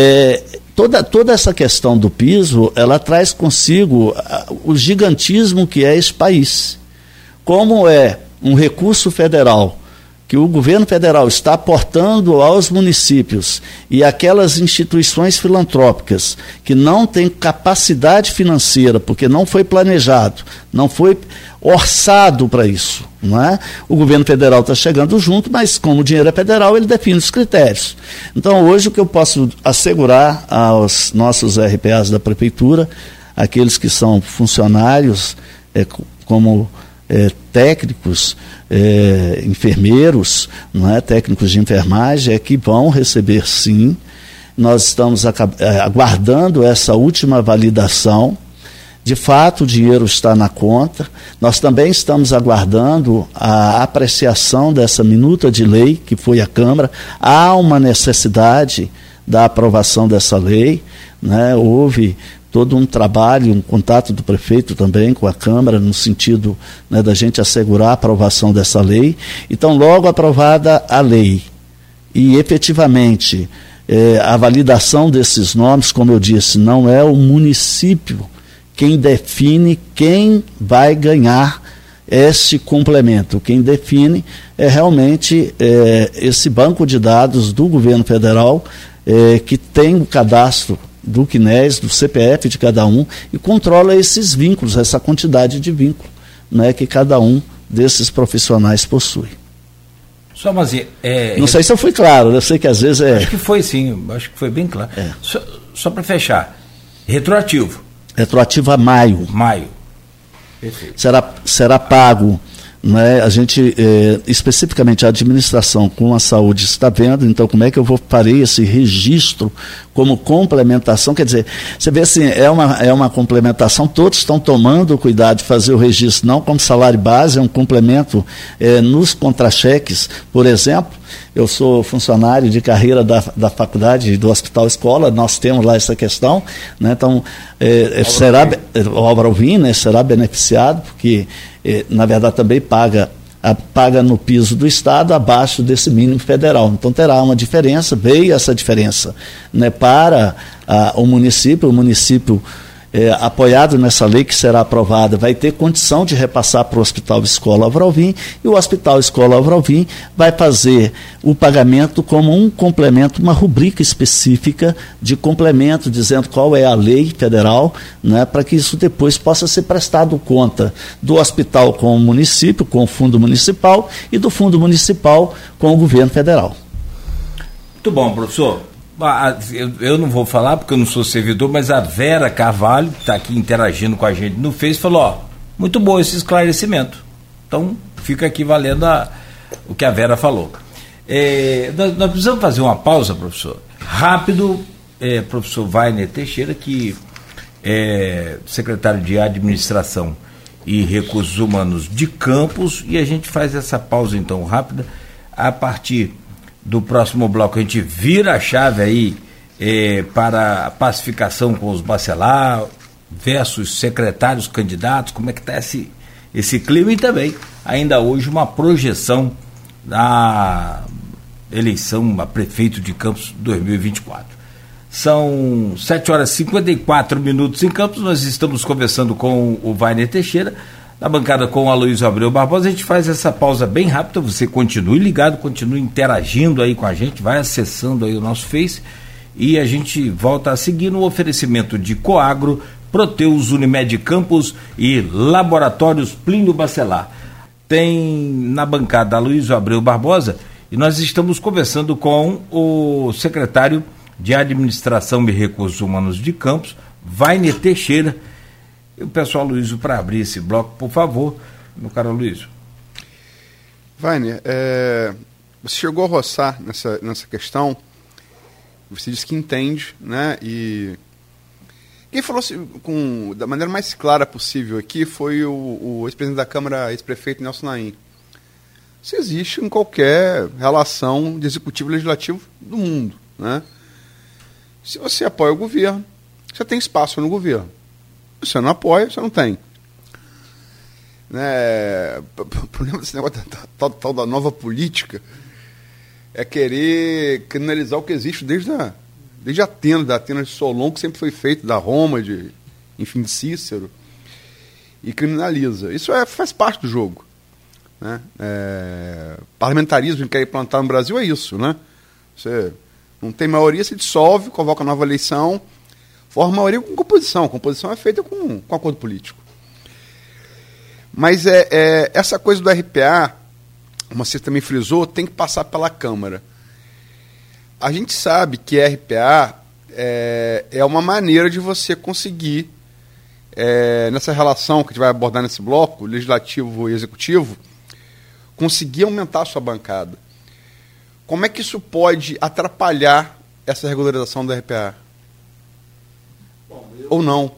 Toda essa questão do piso, ela traz consigo o gigantismo que é esse país. Como é um recurso federal que o governo federal está aportando aos municípios e aquelas instituições filantrópicas que não têm capacidade financeira, porque não foi planejado, não foi orçado para isso, não é? O governo federal está chegando junto, mas como o dinheiro é federal, ele define os critérios. Então, hoje, o que eu posso assegurar aos nossos RPAs da Prefeitura, aqueles que são funcionários, como técnicos, enfermeiros, não é? Técnicos de enfermagem, que vão receber sim. Nós estamos aguardando essa última validação. De fato, o dinheiro está na conta. Nós também estamos aguardando a apreciação dessa minuta de lei que foi à Câmara. Há uma necessidade da aprovação dessa lei, né? Houve todo um trabalho, um contato do prefeito também com a Câmara, no sentido, né, da gente assegurar a aprovação dessa lei. Então, logo aprovada a lei e efetivamente a validação desses nomes, como eu disse, não é o município quem define quem vai ganhar esse complemento. Quem define é realmente esse banco de dados do governo federal, que tem o cadastro do CNES, do CPF de cada um, e controla esses vínculos, essa quantidade de vínculos, né, que cada um desses profissionais possui. Só, mas não sei se eu fui claro, eu sei que às vezes Acho que foi sim, acho que foi bem claro. Só para fechar, retroativo. Retroativo a maio. Perfeito. Será pago, né? A gente, especificamente a administração com a saúde está vendo, então como é que eu farei esse registro como complementação? Quer dizer, você vê assim, é uma complementação, todos estão tomando cuidado de fazer o registro, não como salário base, é um complemento nos contra-cheques, por exemplo. Eu sou funcionário de carreira da faculdade, do Hospital Escola, nós temos lá essa questão, né? Então, o Álvaro Alvim, né, será beneficiado, porque, na verdade, também paga no piso do Estado abaixo desse mínimo federal. Então, terá uma diferença, veio essa diferença, né, para o município. O município, apoiado nessa lei que será aprovada, vai ter condição de repassar para o Hospital Escola Álvaro Alvim, e o Hospital Escola Álvaro Alvim vai fazer o pagamento como um complemento, uma rubrica específica de complemento, dizendo qual é a lei federal, né, para que isso depois possa ser prestado conta do hospital com o município, com o fundo municipal, e do fundo municipal com o governo federal. Muito bom, professor. Eu não vou falar porque eu não sou servidor, mas a Vera Carvalho, que está aqui interagindo com a gente no Face, falou, muito bom esse esclarecimento. Então, fica aqui valendo o que a Vera falou. Nós precisamos fazer uma pausa, professor. Rápido, professor Wagner Teixeira, que é secretário de Administração e Recursos Humanos de Campos, e a gente faz essa pausa, então, rápida. A partir do próximo bloco a gente vira a chave aí para a pacificação com os bacelar versus secretários candidatos, como é que está esse clima, e também ainda hoje uma projeção da eleição a prefeito de Campos 2024. São 7h54 em Campos. Nós estamos conversando com o Wagner Teixeira, na bancada com o Aloysio Abreu Barbosa. A gente faz essa pausa bem rápida, você continue ligado, continue interagindo aí com a gente, vai acessando aí o nosso Face, e a gente volta a seguir no oferecimento de Coagro, Proteus, Unimed Campos e Laboratórios Plínio Bacelar. Tem na bancada Aloysio Abreu Barbosa, e nós estamos conversando com o secretário de Administração e Recursos Humanos de Campos, Wagner Teixeira. Eu peço ao Aloysio para abrir esse bloco, por favor, meu caro Aloysio. Wagner, você chegou a roçar nessa questão, você disse que entende, né? E quem falou da maneira mais clara possível aqui foi o ex-presidente da Câmara, ex-prefeito Nelson Naim. Isso existe em qualquer relação de executivo e legislativo do mundo, né? Se você apoia o governo, você tem espaço no governo. Se você não apoia, você não tem. O problema desse negócio tal da nova política é querer criminalizar o que existe desde Atenas, da Atenas de Solon, que sempre foi feito, da Roma, de Cícero, e criminaliza. Isso faz parte do jogo, né? Parlamentarismo que quer implantar no Brasil é isso, né? Você não tem maioria, se dissolve, convoca nova eleição, forma maioria com composição. A composição é feita com acordo político. Mas essa coisa do RPA, como você também frisou, tem que passar pela Câmara. A gente sabe que RPA é uma maneira de você conseguir, nessa relação que a gente vai abordar nesse bloco, legislativo e executivo, conseguir aumentar a sua bancada. Como é que isso pode atrapalhar essa regularização do RPA? Ou não?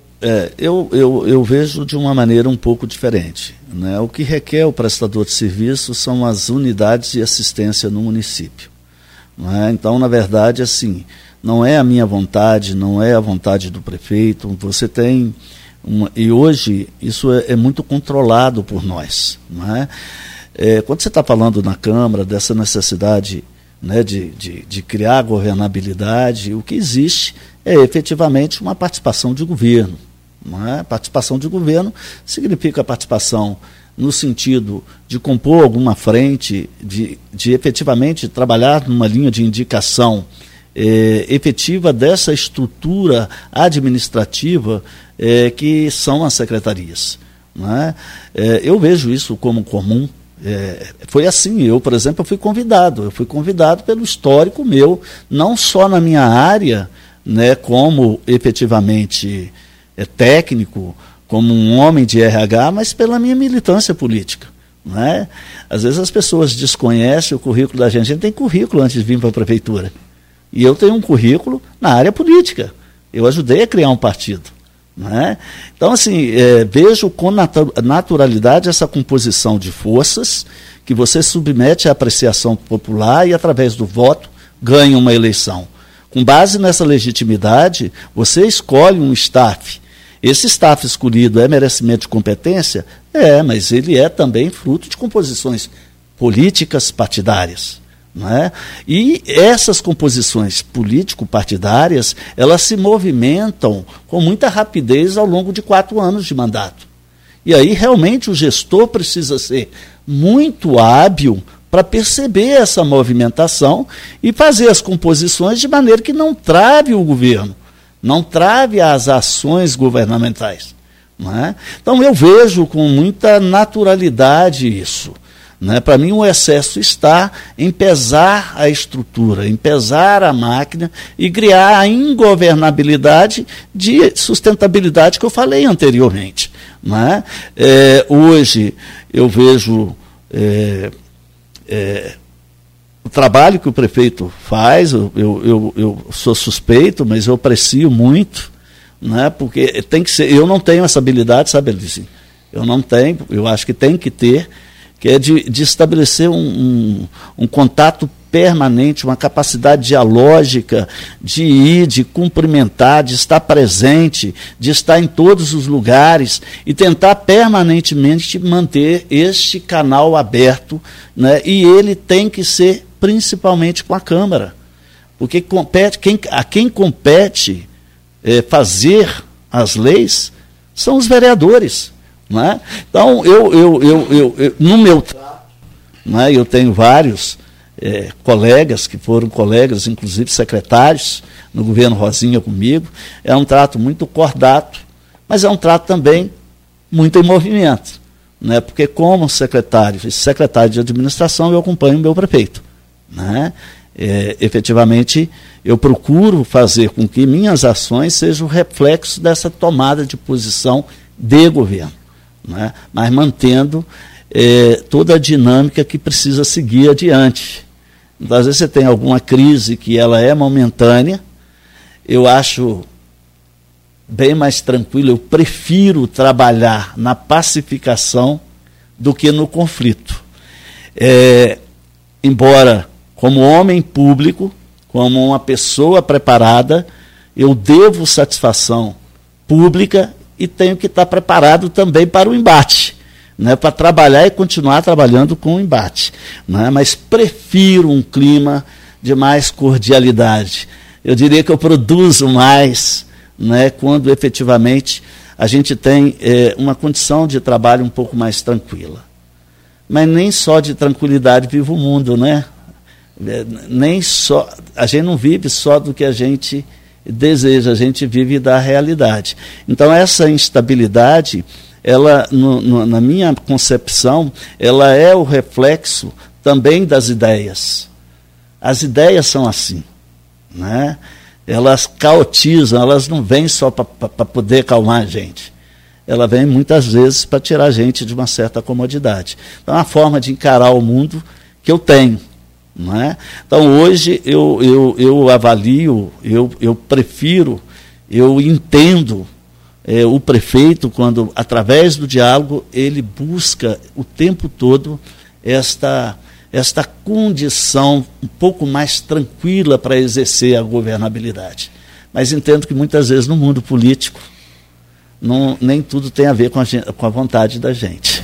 Eu vejo de uma maneira um pouco diferente, né? O que requer o prestador de serviço são as unidades de assistência no município, né? Então, na verdade, assim, não é a minha vontade, não é a vontade do prefeito. Você tem e hoje isso é muito controlado por nós, né? Quando você está falando na Câmara dessa necessidade, né, de criar governabilidade, o que existe é efetivamente uma participação de governo. Não é? Participação de governo significa participação no sentido de compor alguma frente, de efetivamente trabalhar numa linha de indicação efetiva dessa estrutura administrativa que são as secretarias. Não é? Eu vejo isso como comum. Foi assim, por exemplo, fui convidado pelo histórico meu, não só na minha área, né, como efetivamente técnico, como um homem de RH, mas pela minha militância política, né? Às vezes as pessoas desconhecem o currículo da gente. A gente tem currículo antes de vir para a prefeitura, e eu tenho um currículo na área política, eu ajudei a criar um partido, né? Então, assim, vejo com naturalidade essa composição de forças que você submete à apreciação popular e, através do voto, ganha uma eleição. Com base nessa legitimidade, você escolhe um staff. Esse staff escolhido é merecimento de competência? Mas ele é também fruto de composições políticas partidárias. Não é? E essas composições político-partidárias, elas se movimentam com muita rapidez ao longo de 4 anos de mandato. E aí realmente o gestor precisa ser muito hábil para perceber essa movimentação e fazer as composições de maneira que não trave o governo, não trave as ações governamentais. Não é? Então eu vejo com muita naturalidade isso. Né? Para mim, o excesso está em pesar a estrutura, em pesar a máquina e criar a ingovernabilidade de sustentabilidade que eu falei anteriormente. Né? Hoje, eu vejo o trabalho que o prefeito faz, eu sou suspeito, mas eu aprecio muito, né? Porque tem que ser, eu não tenho essa habilidade, sabe, Elisinho? Eu não tenho, eu acho que tem que ter, que é de estabelecer um contato permanente, uma capacidade dialógica, de ir, de cumprimentar, de estar presente, de estar em todos os lugares e tentar permanentemente manter este canal aberto, né? E ele tem que ser principalmente com a Câmara, porque a quem compete fazer as leis são os vereadores. Né? Então, no meu trato, né, eu tenho vários colegas que foram colegas, inclusive secretários, no governo Rosinha comigo, é um trato muito cordato, mas é um trato também muito em movimento, né? Porque como secretário de administração, eu acompanho o meu prefeito. Né? Efetivamente, eu procuro fazer com que minhas ações sejam reflexo dessa tomada de posição de governo, né? Mas mantendo toda a dinâmica que precisa seguir adiante. Então, às vezes você tem alguma crise que ela é momentânea, eu acho bem mais tranquilo, eu prefiro trabalhar na pacificação do que no conflito. Embora, como homem público, como uma pessoa preparada, eu devo satisfação pública e tenho que estar preparado também para o embate, né, para trabalhar e continuar trabalhando com o embate. Né, mas prefiro um clima de mais cordialidade. Eu diria que eu produzo mais, né, quando efetivamente a gente tem uma condição de trabalho um pouco mais tranquila. Mas nem só de tranquilidade vive o mundo, né? Nem só, a gente não vive só do que a gente deseja, a gente vive da realidade. Então, essa instabilidade, ela, na minha concepção, ela é o reflexo também das ideias. As ideias são assim, né? Elas caotizam, elas não vêm só para poder acalmar a gente. Ela vem muitas vezes para tirar a gente de uma certa comodidade. Então, é uma forma de encarar o mundo que eu tenho. Não é? Então, hoje eu avalio, eu prefiro, eu entendo o prefeito quando, através do diálogo, ele busca o tempo todo esta condição um pouco mais tranquila para exercer a governabilidade. Mas entendo que muitas vezes no mundo político nem tudo tem a ver com a vontade da gente.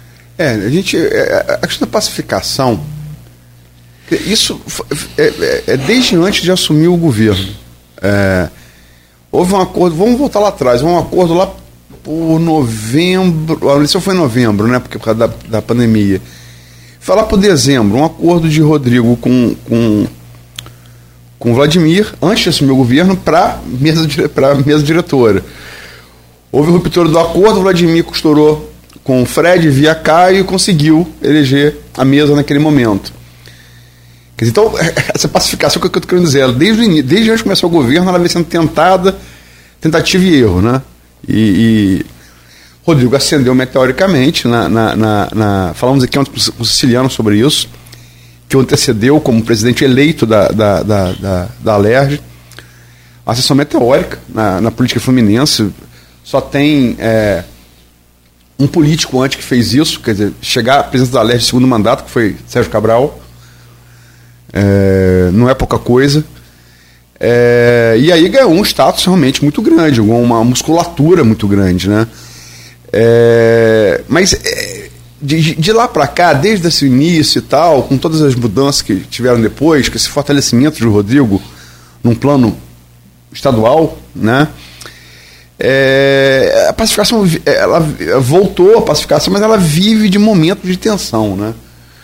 A questão da pacificação, isso desde antes de assumir o governo. Houve um acordo, vamos voltar lá atrás, um acordo lá por novembro, isso foi em novembro, né, por causa da pandemia. Foi lá por dezembro, um acordo de Rodrigo com Vladimir, antes de assumir o governo, para a mesa diretora. Houve ruptura do acordo, o Vladimir costurou com o Fred via Caio e conseguiu eleger a mesa naquele momento. Quer dizer, então, essa pacificação que eu estou querendo dizer, desde antes de começar o governo, ela vem sendo tentativa e erro, né? E Rodrigo ascendeu meteoricamente, falamos aqui ontem com o Siciliano sobre isso, que o antecedeu como presidente eleito da Alerj, a ascensão meteórica na política fluminense. Só tem um político antes que fez isso, quer dizer, chegar à presidência da Alerj de segundo mandato, que foi Sérgio Cabral. Não é pouca coisa. E aí ganhou um status realmente muito grande, uma musculatura muito grande, né? Mas de lá para cá, desde esse início e tal, com todas as mudanças que tiveram depois, com esse fortalecimento de Rodrigo num plano estadual, né? A pacificação, ela voltou a pacificação, mas ela vive de momentos de tensão, né?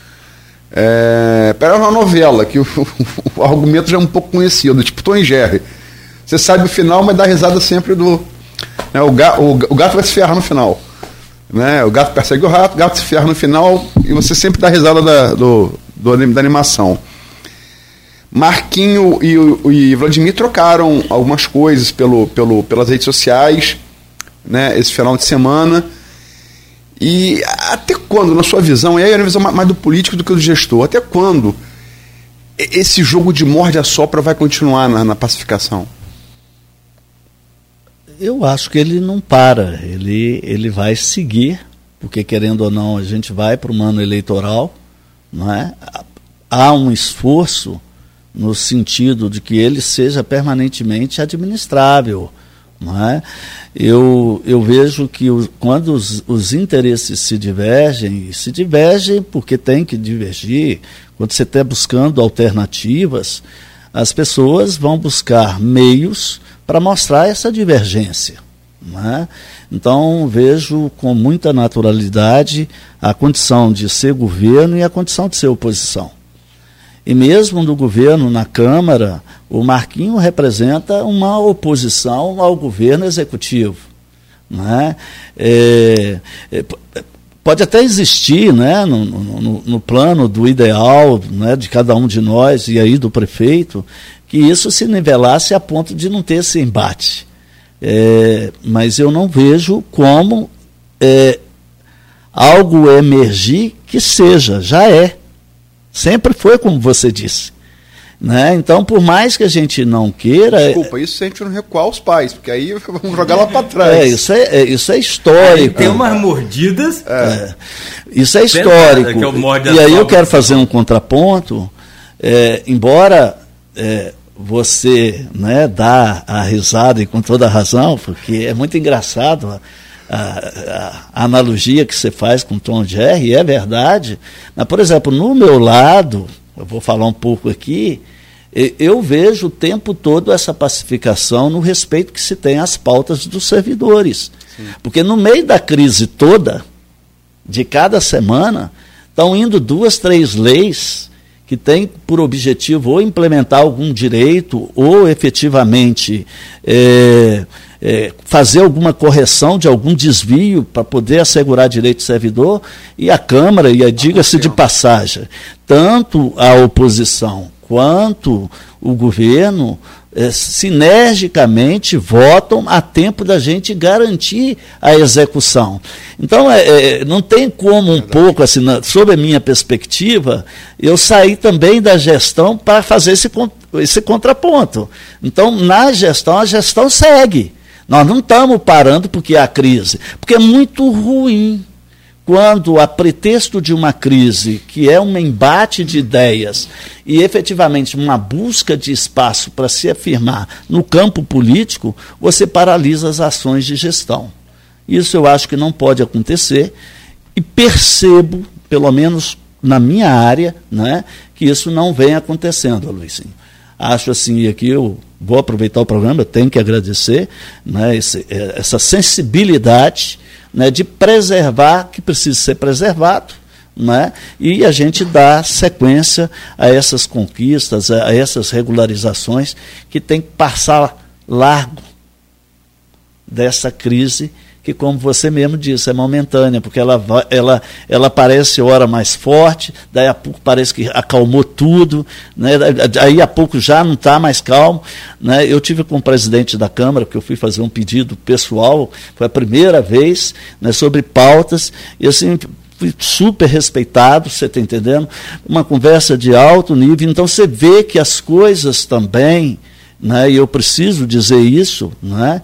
Para uma novela que o argumento já é um pouco conhecido, tipo Tom e Jerry. Você sabe o final, mas dá risada sempre do... Né, o gato vai se ferrar no final. né? O gato persegue o rato, o gato se ferra no final e você sempre dá risada da animação. Marquinho e Vladimir trocaram algumas coisas pelas redes sociais, né, esse final de semana. E até quando, na sua visão, e aí é uma visão mais do político do que do gestor, até quando esse jogo de morde-a-sopra vai continuar na pacificação? Eu acho que ele não para, ele vai seguir, porque querendo ou não a gente vai para um ano eleitoral, não é? Há um esforço no sentido de que ele seja permanentemente administrável, não é? Eu vejo que quando os interesses se divergem porque tem que divergir, quando você está buscando alternativas, as pessoas vão buscar meios para mostrar essa divergência, não é? Então vejo com muita naturalidade a condição de ser governo e a condição de ser oposição. E mesmo no governo, na Câmara, o Marquinho representa uma oposição ao governo executivo, né? Pode até existir, né, no plano do ideal, né, de cada um de nós e aí do prefeito, que isso se nivelasse a ponto de não ter esse embate. Mas eu não vejo como algo emergir que seja, já é. Sempre foi como você disse, né? Então, por mais que a gente não queira... Desculpa, isso se a gente não recuar os pais, porque aí vamos jogar lá para trás. Isso é histórico. Tem umas mordidas. Isso é histórico. E aí eu quero fazer um contraponto, embora você, né, dá a risada e com toda a razão, porque é muito engraçado a analogia que você faz com Tom e Jerry, é verdade. Mas, por exemplo, no meu lado, eu vou falar um pouco aqui, eu vejo o tempo todo essa pacificação no respeito que se tem às pautas dos servidores. Sim. Porque no meio da crise toda, de cada semana, estão indo 2, 3 leis que têm por objetivo ou implementar algum direito ou efetivamente fazer alguma correção de algum desvio para poder assegurar direito do servidor, e a Câmara, e diga-se de passagem, tanto a oposição quanto o governo sinergicamente votam a tempo da gente garantir a execução. Então, não tem como um pouco, assim, sob a minha perspectiva, eu sair também da gestão para fazer esse contraponto. Então, na gestão, a gestão segue. Nós não estamos parando porque há crise, porque é muito ruim quando, a pretexto de uma crise, que é um embate de ideias e efetivamente uma busca de espaço para se afirmar no campo político, você paralisa as ações de gestão. Isso eu acho que não pode acontecer e percebo, pelo menos na minha área, né, que isso não vem acontecendo, Luizinho. Acho assim, e aqui eu vou aproveitar o programa, eu tenho que agradecer, né, essa sensibilidade, né, de preservar, que precisa ser preservado, né, e a gente dá sequência a essas conquistas, a essas regularizações que tem que passar largo dessa crise que, como você mesmo disse, é momentânea, porque ela parece hora mais forte, daí a pouco parece que acalmou tudo, né, aí a pouco já não está mais calmo, né. Eu tive com o presidente da Câmara, que eu fui fazer um pedido pessoal, foi a primeira vez, né, sobre pautas, e assim, fui super respeitado, você está entendendo? Uma conversa de alto nível, então você vê que as coisas também, né, e eu preciso dizer isso, né,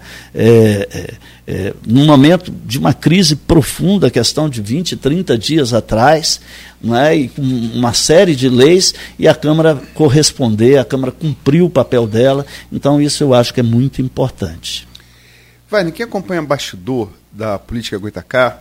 num momento de uma crise profunda, questão de 20, 30 dias atrás, né, e com uma série de leis, e a Câmara corresponder, a Câmara cumpriu o papel dela, então isso eu acho que é muito importante. Wagner, quem acompanha bastidor da política Goitacá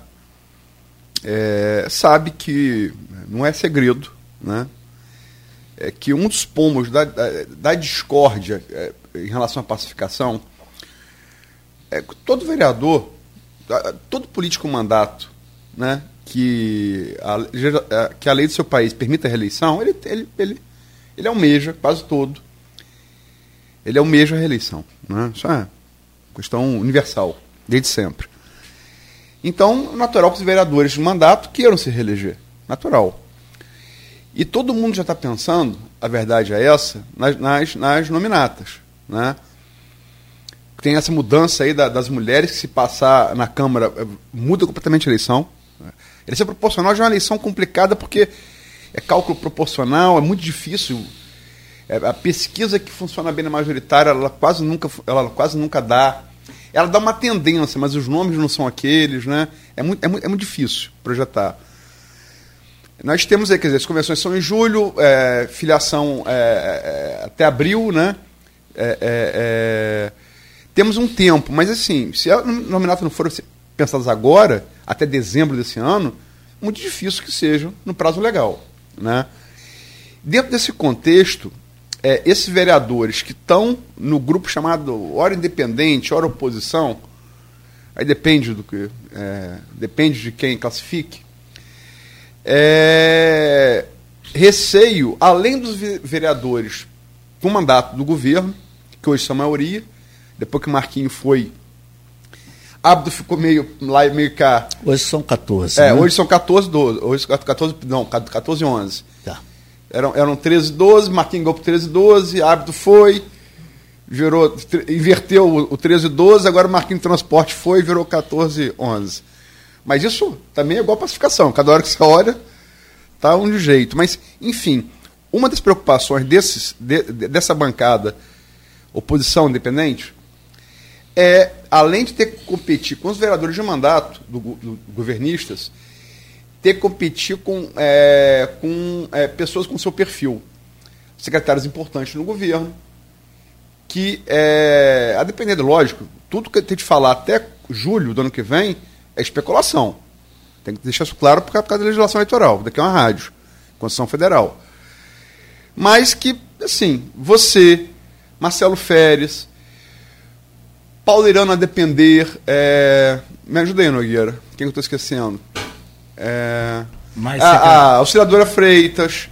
sabe que não é segredo, né, que um dos pomos da discórdia em relação à pacificação é que todo vereador, todo político mandato, né, que a lei do seu país permita a reeleição, ele almeja, quase todo, ele almeja a reeleição, né? Isso é questão universal, desde sempre. Então, natural que os vereadores de mandato queiram se reeleger. Natural. E todo mundo já está pensando, a verdade é essa, nas nominatas. Né? Tem essa mudança aí das mulheres que, se passar na Câmara, muda completamente a eleição. Eleição proporcional já é uma eleição complicada porque é cálculo proporcional, é muito difícil. A pesquisa que funciona bem na majoritária, ela quase nunca dá. Ela dá uma tendência, mas os nomes não são aqueles, né? É muito difícil projetar. Nós temos aí, quer dizer, as convenções são em julho, filiação até abril, né? Temos um tempo, mas assim, se as nominatas não forem pensadas agora, até dezembro desse ano, muito difícil que sejam no prazo legal, né? Dentro desse contexto, esses vereadores que estão no grupo chamado ora independente, ora oposição, aí depende depende de quem classifique, receio, além dos vereadores com mandato do governo, que hoje são a maioria, depois que o Marquinho foi, Abdo ficou meio lá e meio cá. Hoje são 14. Né? Hoje são 14, 12. Hoje 14 e 11. Tá. Eram 13 e 12, Marquinhos ganhou por 13 e 12, Abdo foi, inverteu o 13 e 12, agora o Marquinhos Transporte foi e virou 14 e 11. Mas isso também é igual a pacificação. Cada hora que você olha, tá um jeito. Mas, enfim, uma das preocupações dessa bancada oposição independente além de ter que competir com os vereadores de mandato, do governistas, ter que competir com pessoas com seu perfil. Secretários importantes no governo, que, a depender, lógico, tudo que a gente falar até julho do ano que vem é especulação. Tem que deixar isso claro por causa da legislação eleitoral. Daqui é uma rádio, Constituição Federal. Mas que, assim, você, Marcelo Féres, Paulo Irano a depender, me ajuda aí, Nogueira, quem eu estou esquecendo? A Auxiliadora Freitas.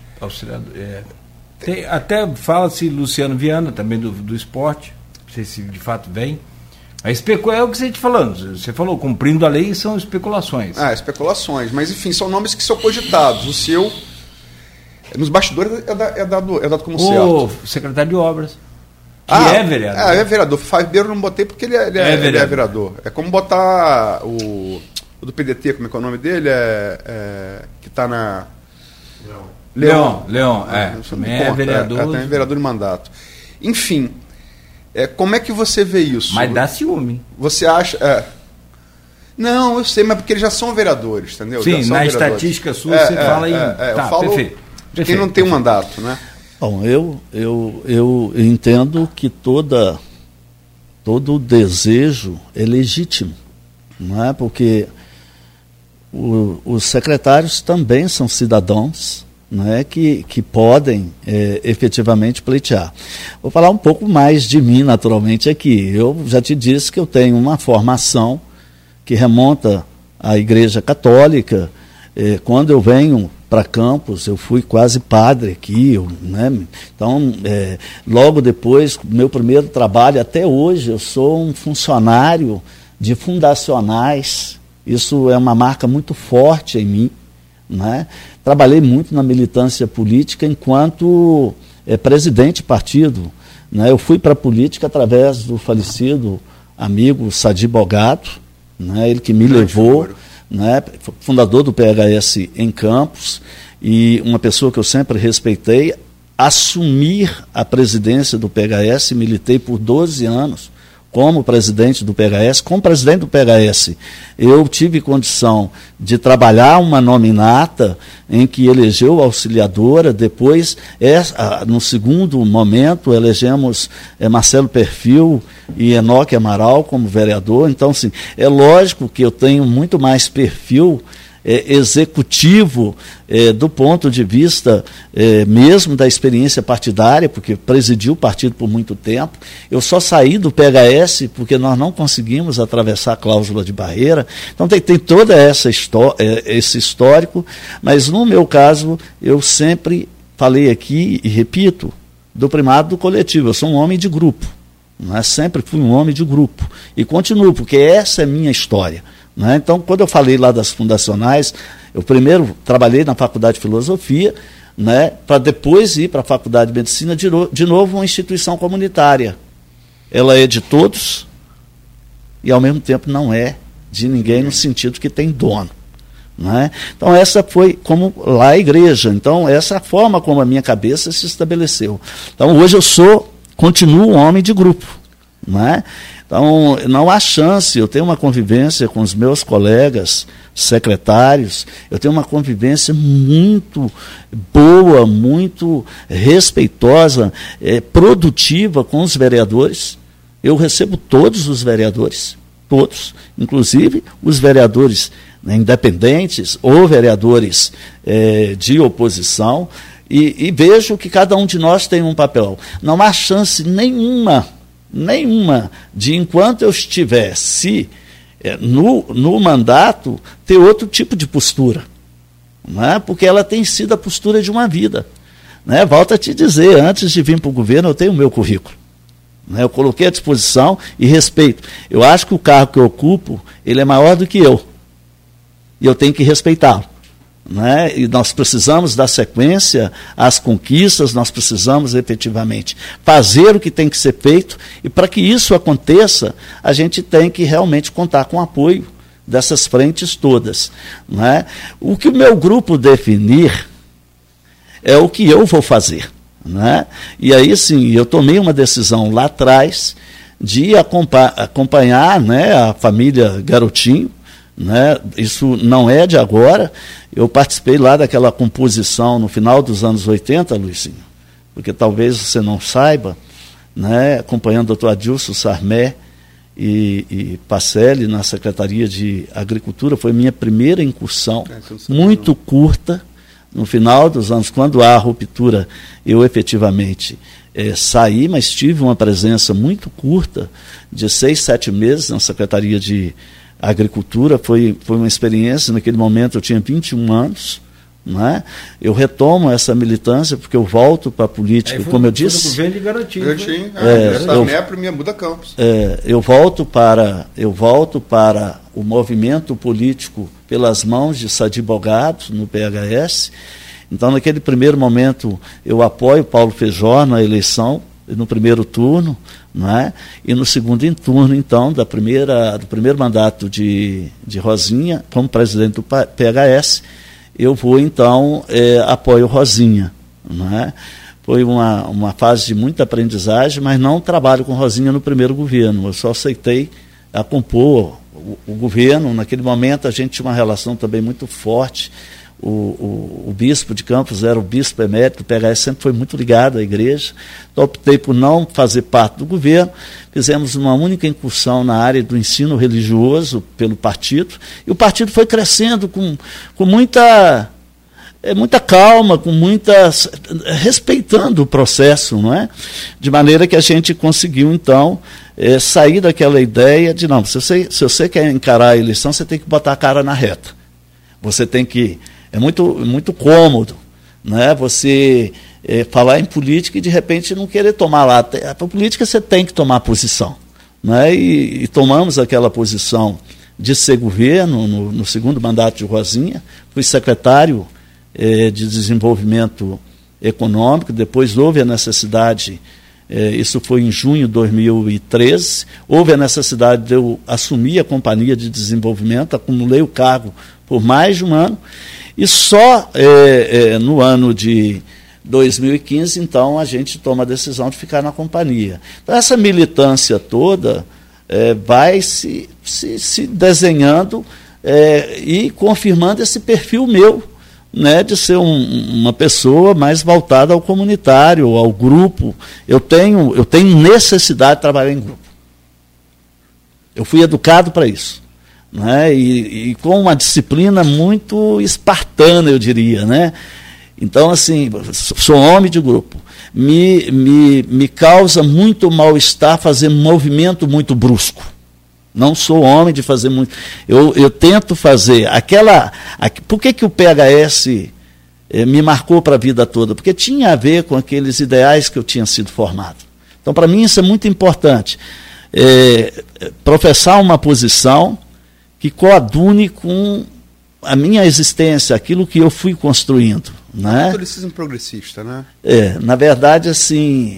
Até fala-se Luciano Viana, também do esporte, não sei se de fato vem. É o que você está falando. Você falou, cumprindo a lei, são especulações. Especulações, mas enfim, são nomes que são cogitados. O seu, nos bastidores, é dado como certo. O secretário de Obras, que é vereador. É vereador. Fabeiro não botei porque ele é vereador. É como botar o do PDT, como é que é o nome dele? Que está na... Leão. Também é vereador. Também é vereador de mandato. Enfim... como é que você vê isso? Mas dá ciúme. Você acha... Não, eu sei, mas porque eles já são vereadores, entendeu? Sim, na estatística sua você fala aí. Eu falo perfeito. Quem não tem um mandato, né? Bom, eu entendo que todo o desejo é legítimo, não é? Porque os secretários também são cidadãos, né, que podem efetivamente pleitear. Vou falar um pouco mais de mim, naturalmente, aqui. Eu já te disse que eu tenho uma formação que remonta à Igreja Católica. Quando eu venho para Campos, eu fui quase padre aqui, né? Então, logo depois, meu primeiro trabalho, até hoje, eu sou um funcionário de fundacionais. Isso é uma marca muito forte em mim, né? Trabalhei muito na militância política enquanto presidente de partido, né? Eu fui para a política através do falecido amigo Sadi Bogato, né? Ele que me levou, né? Fundador do PHS em Campos, e uma pessoa que eu sempre respeitei. Assumir a presidência do PHS, militei por 12 anos como presidente do PHS. Como presidente do PHS, eu tive condição de trabalhar uma nominata em que elegeu a auxiliadora. Depois, no segundo momento, elegemos Marcelo Perfil e Enoque Amaral como vereador. Então, assim, é lógico que eu tenho muito mais perfil executivo do ponto de vista mesmo da experiência partidária, porque presidi o partido por muito tempo. Eu só saí do PHS porque nós não conseguimos atravessar a cláusula de barreira. Então tem toda esse histórico, mas no meu caso eu sempre falei aqui e repito do primado do coletivo. Eu sou um homem de grupo, sempre fui um homem de grupo e continuo, porque essa é minha história. Né? Então, quando eu falei lá das fundacionais, eu primeiro trabalhei na Faculdade de Filosofia, né, para depois ir para a Faculdade de Medicina, de novo uma instituição comunitária. Ela é de todos e, ao mesmo tempo, não é de ninguém no sentido que tem dono. Né? Então, essa foi como lá a igreja. Então, essa é a forma como a minha cabeça se estabeleceu. Então, hoje eu continuo um homem de grupo. Né? Então, não há chance, eu tenho uma convivência com os meus colegas secretários, eu tenho uma convivência muito boa, muito respeitosa, produtiva com os vereadores. Eu recebo todos os vereadores, todos, inclusive os vereadores independentes ou vereadores de oposição, e vejo que cada um de nós tem um papel. Não há chance nenhuma de, enquanto eu estivesse no mandato, ter outro tipo de postura, né? Porque ela tem sido a postura de uma vida. Né? Volto a te dizer, antes de vir para o governo, eu tenho o meu currículo. Né? Eu coloquei à disposição e respeito. Eu acho que o cargo que eu ocupo, ele é maior do que eu. E eu tenho que respeitá-lo. Né? E nós precisamos dar sequência às conquistas, nós precisamos efetivamente fazer o que tem que ser feito, e para que isso aconteça, a gente tem que realmente contar com o apoio dessas frentes todas. Né? O que o meu grupo definir é o que eu vou fazer. Né? E aí sim, eu tomei uma decisão lá atrás de acompanhar, né, a família Garotinho. Né? Isso não é de agora. Eu participei lá daquela composição no final dos anos 80, Luizinho, porque talvez você não saiba, né? Acompanhando o Dr. Adilson Sarmé e Pacelli na Secretaria de Agricultura, foi minha primeira incursão, muito curta, no final dos anos, quando há a ruptura, eu efetivamente saí, mas tive uma presença muito curta, de 6, 7 meses na Secretaria de Agricultura. Foi uma experiência. Naquele momento eu tinha 21 anos, né? Eu retomo essa militância porque eu volto para a política, como eu disse. Governo de Garotinho. Eu volto para o movimento político pelas mãos de Sadi Bogado no PHS. Então, naquele primeiro momento, eu apoio Paulo Feijó na eleição, no primeiro turno, né? E no segundo turno, então, do primeiro mandato de Rosinha, como presidente do PHS, eu vou, então, apoio Rosinha. Né? Foi uma fase de muita aprendizagem, mas não trabalho com Rosinha no primeiro governo. Eu só aceitei a compor o governo. Naquele momento, a gente tinha uma relação também muito forte. O bispo de Campos era o bispo emérito, o PHS sempre foi muito ligado à igreja, então optei por não fazer parte do governo. Fizemos uma única incursão na área do ensino religioso pelo partido, e o partido foi crescendo com muita calma, respeitando o processo, não é? De maneira que a gente conseguiu, então, sair daquela ideia de, não, se você quer encarar a eleição, você tem que botar a cara na reta. Você tem que... É muito cômodo, né? Você falar em política e, de repente, não querer tomar lá. A política você tem que tomar posição. Né? E tomamos aquela posição de ser governo no segundo mandato de Rosinha. Fui secretário de Desenvolvimento Econômico. Depois houve a necessidade, isso foi em junho de 2013, houve a necessidade de eu assumir a Companhia de Desenvolvimento, acumulei o cargo por mais de um ano. E só no ano de 2015, então, a gente toma a decisão de ficar na companhia. Então, essa militância toda vai se desenhando e confirmando esse perfil meu, né, de ser uma pessoa mais voltada ao comunitário, ao grupo. Eu tenho necessidade de trabalhar em grupo. Eu fui educado para isso. Né, e com uma disciplina muito espartana, eu diria. Né? Então, assim, sou homem de grupo. Me causa muito mal-estar fazer movimento muito brusco. Não sou homem de fazer muito... Eu tento fazer por que o PHS me marcou para a vida toda? Porque tinha a ver com aqueles ideais que eu tinha sido formado. Então, para mim, isso é muito importante. Professar uma posição que coadune com a minha existência, aquilo que eu fui construindo. Né? Catolicismo progressista, né? Na verdade, assim,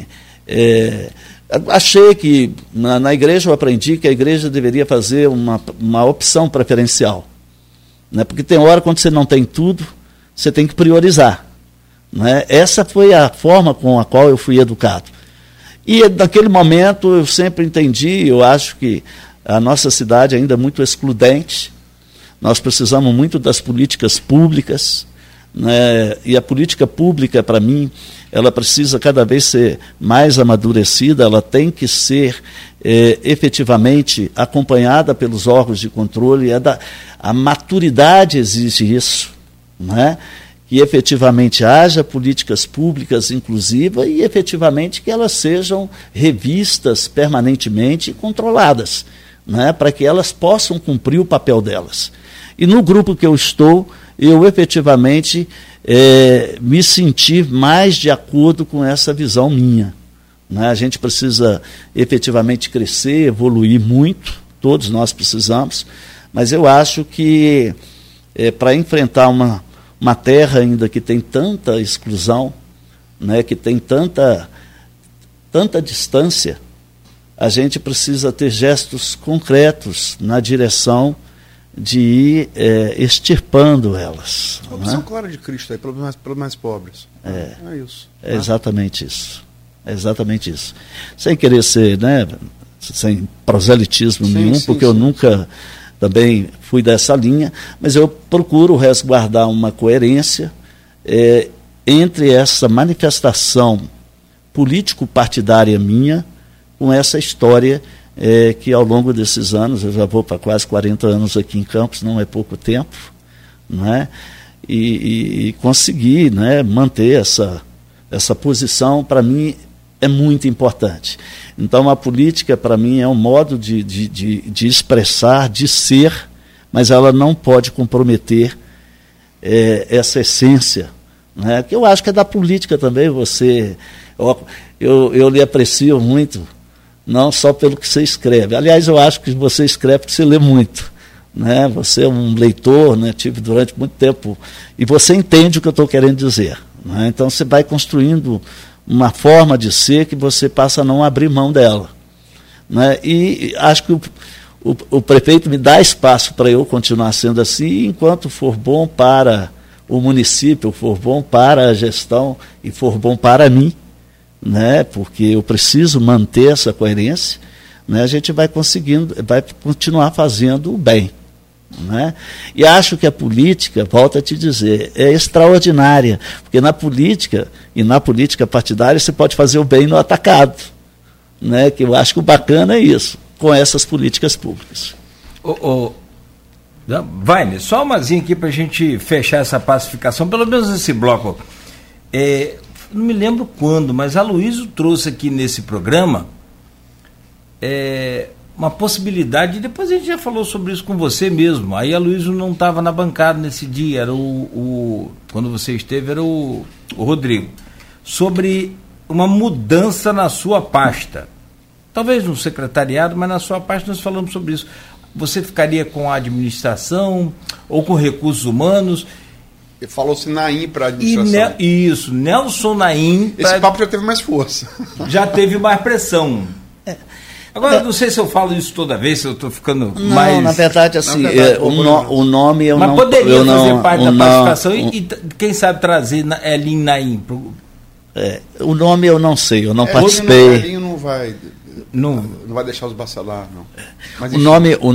achei que na igreja eu aprendi que a igreja deveria fazer uma opção preferencial. Né? Porque tem hora quando você não tem tudo, você tem que priorizar. Né? Essa foi a forma com a qual eu fui educado. E naquele momento eu sempre entendi, eu acho que a nossa cidade ainda é muito excludente, nós precisamos muito das políticas públicas, né? E a política pública, para mim, ela precisa cada vez ser mais amadurecida, ela tem que ser efetivamente acompanhada pelos órgãos de controle, a maturidade exige isso, né? Que efetivamente haja políticas públicas inclusivas e efetivamente que elas sejam revistas permanentemente e controladas, né, para que elas possam cumprir o papel delas. E no grupo que eu estou, eu efetivamente me senti mais de acordo com essa visão minha. Né? A gente precisa efetivamente crescer, evoluir muito, todos nós precisamos, mas eu acho que para enfrentar uma terra ainda que tem tanta exclusão, né, que tem tanta distância, a gente precisa ter gestos concretos na direção de ir extirpando elas. A opção clara de Cristo aí, pelos mais pobres. É isso. É exatamente isso. É exatamente isso. Sem querer ser, né, sem proselitismo nenhum, porque eu nunca também fui dessa linha, mas eu procuro resguardar uma coerência entre essa manifestação político-partidária minha com essa história que ao longo desses anos, eu já vou para quase 40 anos aqui em Campos, não é pouco tempo, né? E conseguir, né, manter essa posição, para mim, é muito importante. Então, a política, para mim, é um modo de expressar, de ser, mas ela não pode comprometer essa essência, né, que eu acho que é da política também. Eu lhe aprecio muito, não só pelo que você escreve. Aliás, eu acho que você escreve porque você lê muito. Né? Você é um leitor, né? Tive durante muito tempo, e você entende o que eu estou querendo dizer. Né? Então, você vai construindo uma forma de ser que você passa a não abrir mão dela. Né? E acho que o prefeito me dá espaço para eu continuar sendo assim, enquanto for bom para o município, for bom para a gestão e for bom para mim, né? Porque eu preciso manter essa coerência, né? A gente vai continuar fazendo o bem. Né? E acho que a política, volto a te dizer, é extraordinária, porque na política e na política partidária você pode fazer o bem no atacado, né? Que eu acho que o bacana é isso, com essas políticas públicas. Vai, só umazinha aqui para a gente fechar essa pacificação, pelo menos esse bloco. Não me lembro quando, mas a Aloysio trouxe aqui nesse programa uma possibilidade, depois a gente já falou sobre isso com você mesmo. Aí a Aloysio não estava na bancada nesse dia, era quando você esteve, era o Rodrigo, sobre uma mudança na sua pasta, talvez no secretariado, mas na sua pasta nós falamos sobre isso. Você ficaria com a administração ou com recursos humanos? Falou-se Naim para a administração. Isso, Nelson Naim. Esse papo já teve mais força. Já teve mais pressão. Agora, não sei se eu falo isso toda vez, se eu estou ficando mais... Não, na verdade, assim, o nome eu mas não... Mas poderia fazer não, parte da pacificação e quem sabe trazer Elim Naim. O nome eu não sei, eu não participei. Elim não vai deixar os bacelar, não. Mas, o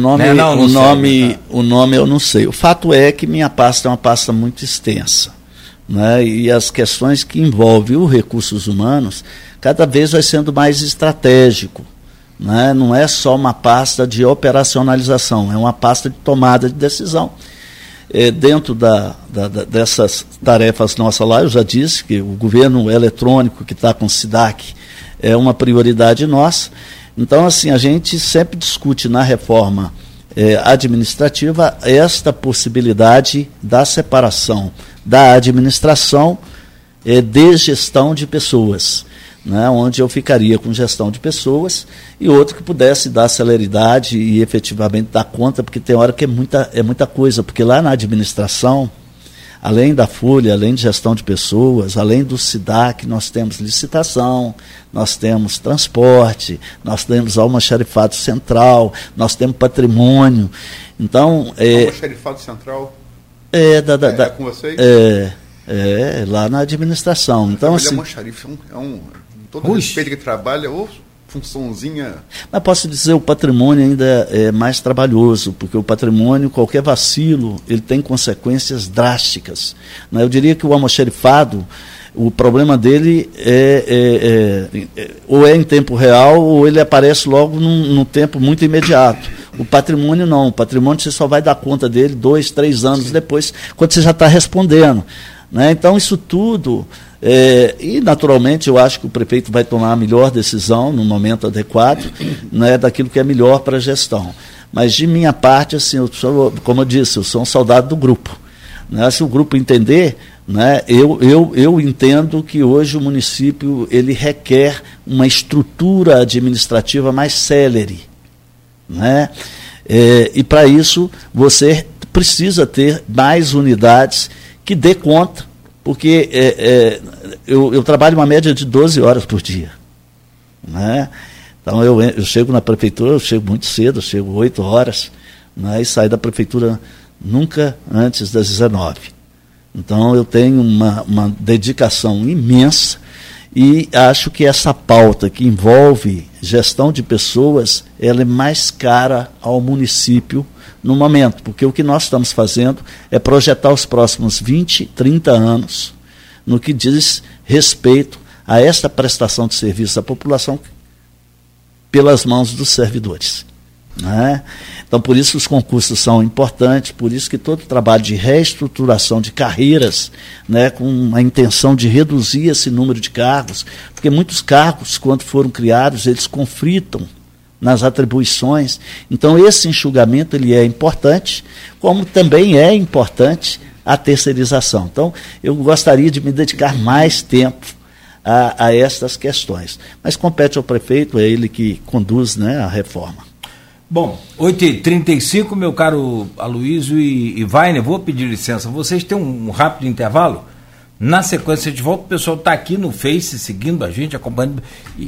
nome eu não sei. O fato é que minha pasta é uma pasta muito extensa, né? E as questões que envolvem os recursos humanos cada vez vai sendo mais estratégico. Né? Não é só uma pasta de operacionalização, é uma pasta de tomada de decisão. Dentro dessas tarefas nossas lá, eu já disse que o governo eletrônico que está com o SIDAC é uma prioridade nossa. Então, assim, a gente sempre discute na reforma administrativa esta possibilidade da separação da administração de gestão de pessoas. né, onde eu ficaria com gestão de pessoas, e outro que pudesse dar celeridade e efetivamente dar conta, porque tem hora que é muita coisa, porque lá na administração, além da folha, além de gestão de pessoas, além do SIDAC, nós temos licitação, nós temos transporte, nós temos almoxarifado central, nós temos patrimônio. Então, almoxarifado central é com vocês? Lá na administração. Então, assim, almoxarife todo respeito que trabalha, funçãozinha. Mas posso dizer, o patrimônio ainda é mais trabalhoso, porque o patrimônio, qualquer vacilo, ele tem consequências drásticas. Eu diria que o almoxarifado, o problema dele ou é em tempo real, ou ele aparece logo num tempo muito imediato. O patrimônio não. O patrimônio você só vai dar conta dele 2, 3 anos depois, quando você já está respondendo. Então, isso tudo... e, naturalmente, eu acho que o prefeito vai tomar a melhor decisão no momento adequado, daquilo que é melhor para a gestão. Mas, de minha parte, assim, como eu disse, eu sou um soldado do grupo. Se o grupo entender, eu entendo que hoje o município ele requer uma estrutura administrativa mais célere. E, para isso, você precisa ter mais unidades que dê conta, porque eu trabalho uma média de 12 horas por dia. Então, eu chego na prefeitura, eu chego muito cedo, eu chego 8 horas, e saio da prefeitura nunca antes das 19. Então, eu tenho uma dedicação imensa e acho que essa pauta que envolve gestão de pessoas, ela é mais cara ao município no momento, porque o que nós estamos fazendo é projetar os próximos 20, 30 anos no que diz respeito a esta prestação de serviço à população pelas mãos dos servidores. Então, por isso os concursos são importantes, por isso que todo o trabalho de reestruturação de carreiras, com a intenção de reduzir esse número de cargos, porque muitos cargos, quando foram criados, eles conflitam nas atribuições. Então, esse enxugamento ele é importante, como também é importante a terceirização. Então, eu gostaria de me dedicar mais tempo a estas questões. Mas compete ao prefeito, é ele que conduz a reforma. Bom, 8h35, meu caro Aloysio e Wagner, vou pedir licença. Vocês têm um rápido intervalo? Na sequência, a gente volta, o pessoal está aqui no Face, seguindo a gente, acompanhando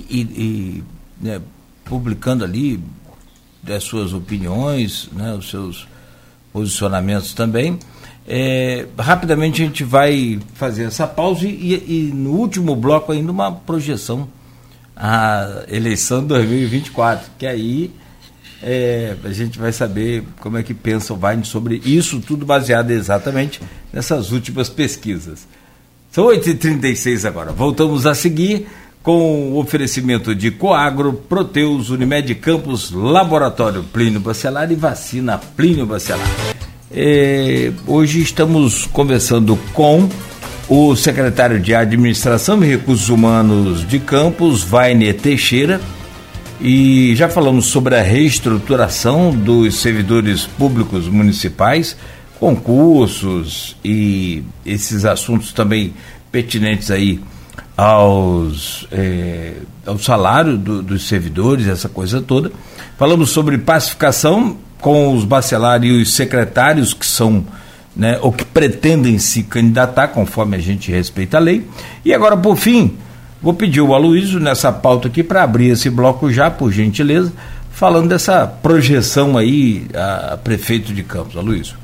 publicando ali as suas opiniões, os seus posicionamentos também. Rapidamente a gente vai fazer essa pausa e no último bloco ainda uma projeção à eleição de 2024, que aí a gente vai saber como é que pensa o Wagner sobre isso, tudo baseado exatamente nessas últimas pesquisas. São 8h36 agora, voltamos a seguir com o oferecimento de Coagro, Proteus, Unimed Campos, Laboratório Plínio Bacelar e Vacina Plínio Bacelar. Hoje estamos conversando com o secretário de Administração e Recursos Humanos de Campos, Wagner Teixeira, e já falamos sobre a reestruturação dos servidores públicos municipais, concursos e esses assuntos também pertinentes aí ao salário dos servidores, essa coisa toda. Falamos sobre pacificação com os bacelar e os secretários que são, ou que pretendem se candidatar, conforme a gente respeita a lei. E agora, por fim, vou pedir o Aloysio nessa pauta aqui para abrir esse bloco já, por gentileza, falando dessa projeção aí a prefeito de Campos. Aloysio.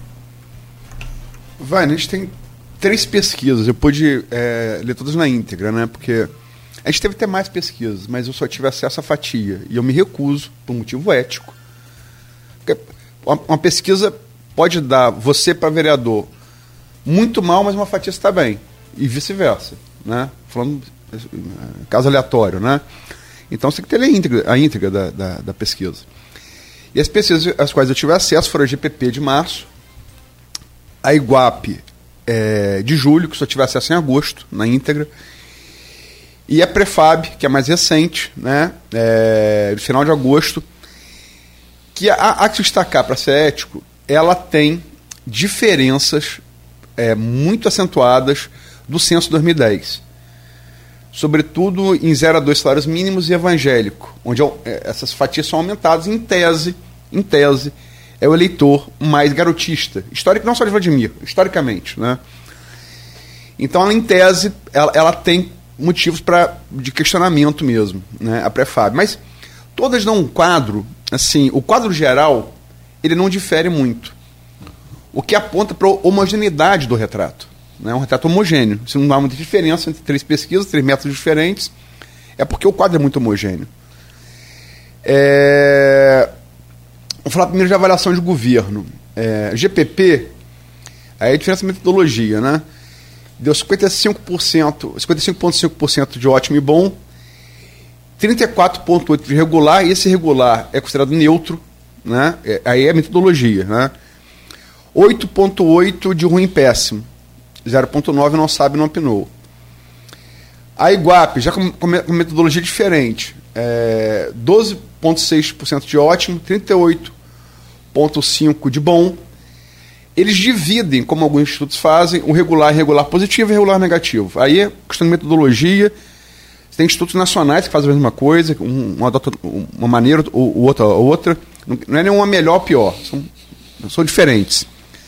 A gente tem 3 pesquisas, eu pude ler todas na íntegra, porque a gente teve até mais pesquisas, mas eu só tive acesso à fatia, e eu me recuso, por motivo ético. Porque uma pesquisa pode dar você para vereador muito mal, mas uma fatia está bem, e vice-versa, falando caso aleatório, Então você tem que ter a íntegra da pesquisa. E as pesquisas às quais eu tive acesso foram a GPP de março, a Iguape de julho, que só tive acesso em agosto, na íntegra, e a Prefab, que é mais recente, de final de agosto, que há que se destacar, para ser ético, ela tem diferenças muito acentuadas do censo 2010. sobretudo em 0 a 2 salários mínimos e evangélico, onde essas fatias são aumentadas. Em tese, é o eleitor mais garotista, histórico, não só de Vladimir, historicamente, né? Então, ela, em tese, ela tem motivos de questionamento mesmo, né, a pré-FAB. Mas todas dão um quadro, assim, o quadro geral, ele não difere muito, o que aponta para a homogeneidade do retrato. Né, um retrato homogêneo. Se não há muita diferença entre 3 pesquisas, 3 métodos diferentes, é porque o quadro é muito homogêneo. Vou falar primeiro de avaliação de governo. GPP, aí a diferença de metodologia, né? Deu 55,5% de ótimo e bom, 34,8% de regular, e esse regular é considerado neutro, né? Aí é metodologia, né? 8,8% de ruim e péssimo, 0,9% não sabe, não opinou. A Iguape, já com metodologia diferente, 12,6% de ótimo, 38,5% de bom. Eles dividem, como alguns institutos fazem, o regular positivo e regular negativo. Aí é questão de metodologia. Tem institutos nacionais que fazem a mesma coisa, um adota uma maneira, o outra. Não é nenhuma melhor ou pior, são diferentes.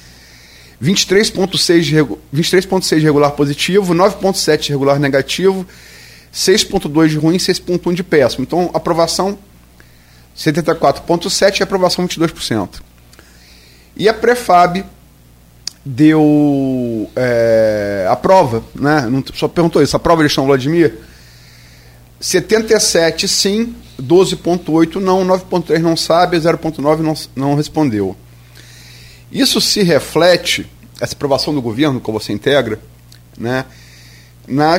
23,6% de regular positivo, 9,7% de regular negativo, 6,2% de ruim, 6,1% de péssimo. Então, aprovação 74,7% e aprovação 22%. E a pré-FAB deu a prova, né? Só perguntou isso, a prova de gestão Vladimir, 77% sim, 12,8% não, 9,3% não sabe, 0,9% não respondeu. Isso se reflete, essa aprovação do governo, como você integra, né, na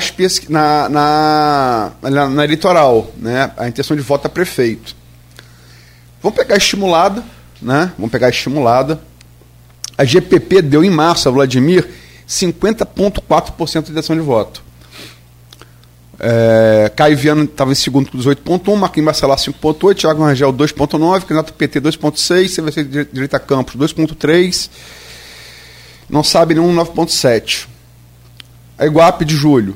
eleitoral, né, a intenção de voto a prefeito. Vamos pegar estimulada, né, a GPP deu em março a Vladimir 50,4% de intenção de voto. Caio Viana estava em segundo com 18,1%, Marquinhos Bacelar 5,8%, Thiago Rangel 2,9%, candidato PT 2,6%, CVC Direita Campos 2,3%, não sabe nenhum 9,7%. A Iguape de julho.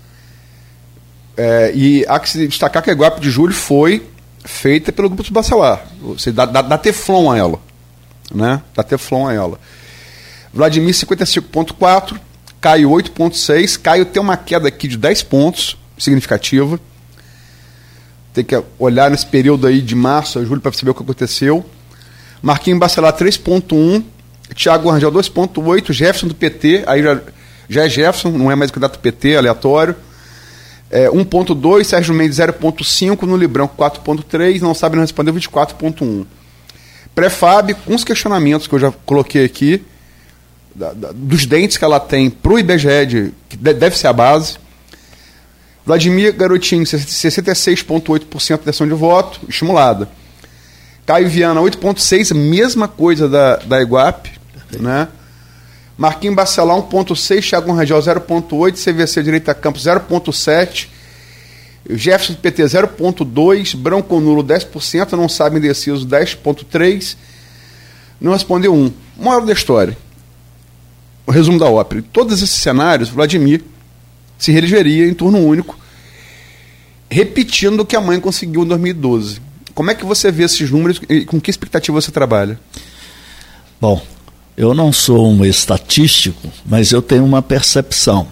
E há que se destacar que a Iguape de julho foi feita pelo grupo de Bacelar, dá Teflon a ela. Né? Dá Teflon a ela. Vladimir 55,4%, Caio 8,6%, Caio tem uma queda aqui de 10 pontos, significativa. Tem que olhar nesse período aí de março a julho para perceber o que aconteceu. Marquinhos Bacelar 3,1%, Thiago Rangel 2,8%, Jefferson do PT, aí já é Jefferson, não é mais candidato do PT, aleatório. 1,2%, Sérgio Mendes 0,5%, no Librão 4,3%, não sabe, não respondeu 24,1%. Pré-FAB, com os questionamentos que eu já coloquei aqui, dos dentes que ela tem para o IBGE, que deve ser a base. Vladimir Garotinho, 66,8% de intenção de voto, estimulada. Caio Viana, 8,6%, mesma coisa da Iguape. Né? Marquinhos Bacelar, 1,6%, Thiago Rangel, 0,8%, CVC Direita Campos, 0,7%, Jefferson do PT, 0,2%, Branco nulo, 10%, não sabe indeciso, 10,3%, não respondeu 1%. Moral da história. O resumo da ópera. Em todos esses cenários, Vladimir se reelegeria em turno único, repetindo o que a mãe conseguiu em 2012. Como é que você vê esses números e com que expectativa você trabalha? Bom, eu não sou um estatístico, mas eu tenho uma percepção.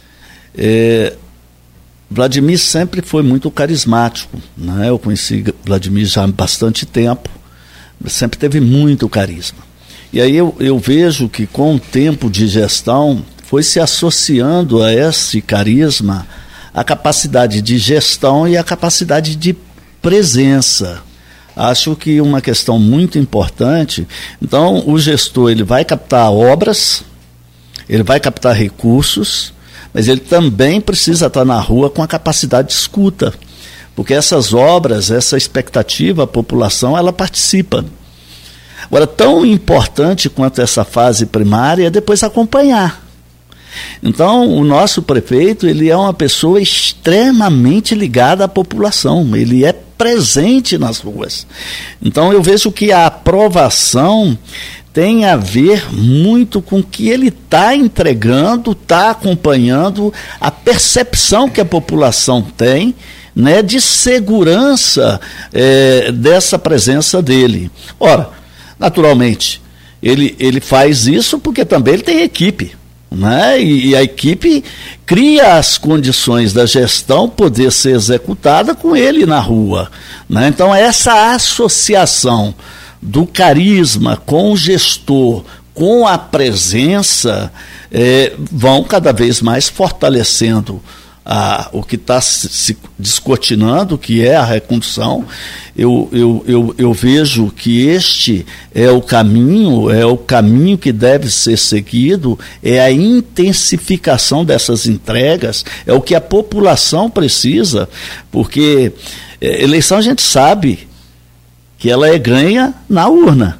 Vladimir sempre foi muito carismático, né? Eu conheci Vladimir já há bastante tempo, sempre teve muito carisma. E aí eu vejo que com o tempo de gestão foi se associando a esse carisma a capacidade de gestão e a capacidade de presença. Acho que uma questão muito importante, então o gestor ele vai captar obras, ele vai captar recursos, mas ele também precisa estar na rua com a capacidade de escuta, porque essas obras, essa expectativa, a população, ela participa. Agora, tão importante quanto essa fase primária é depois acompanhar. Então, o nosso prefeito, ele é uma pessoa extremamente ligada à população, ele é presente nas ruas. Então, eu vejo que a aprovação tem a ver muito com o que ele está entregando, está acompanhando, a percepção que a população tem, né, de segurança dessa presença dele. Ora, naturalmente, ele faz isso porque também ele tem equipe, né? E a equipe cria as condições da gestão poder ser executada com ele na rua, né? Então, essa associação do carisma com o gestor, com a presença, vão cada vez mais fortalecendo o que está se descortinando, que é a recondução. Eu vejo que este é o caminho que deve ser seguido, é a intensificação dessas entregas, é o que a população precisa, porque eleição a gente sabe que ela é ganha na urna.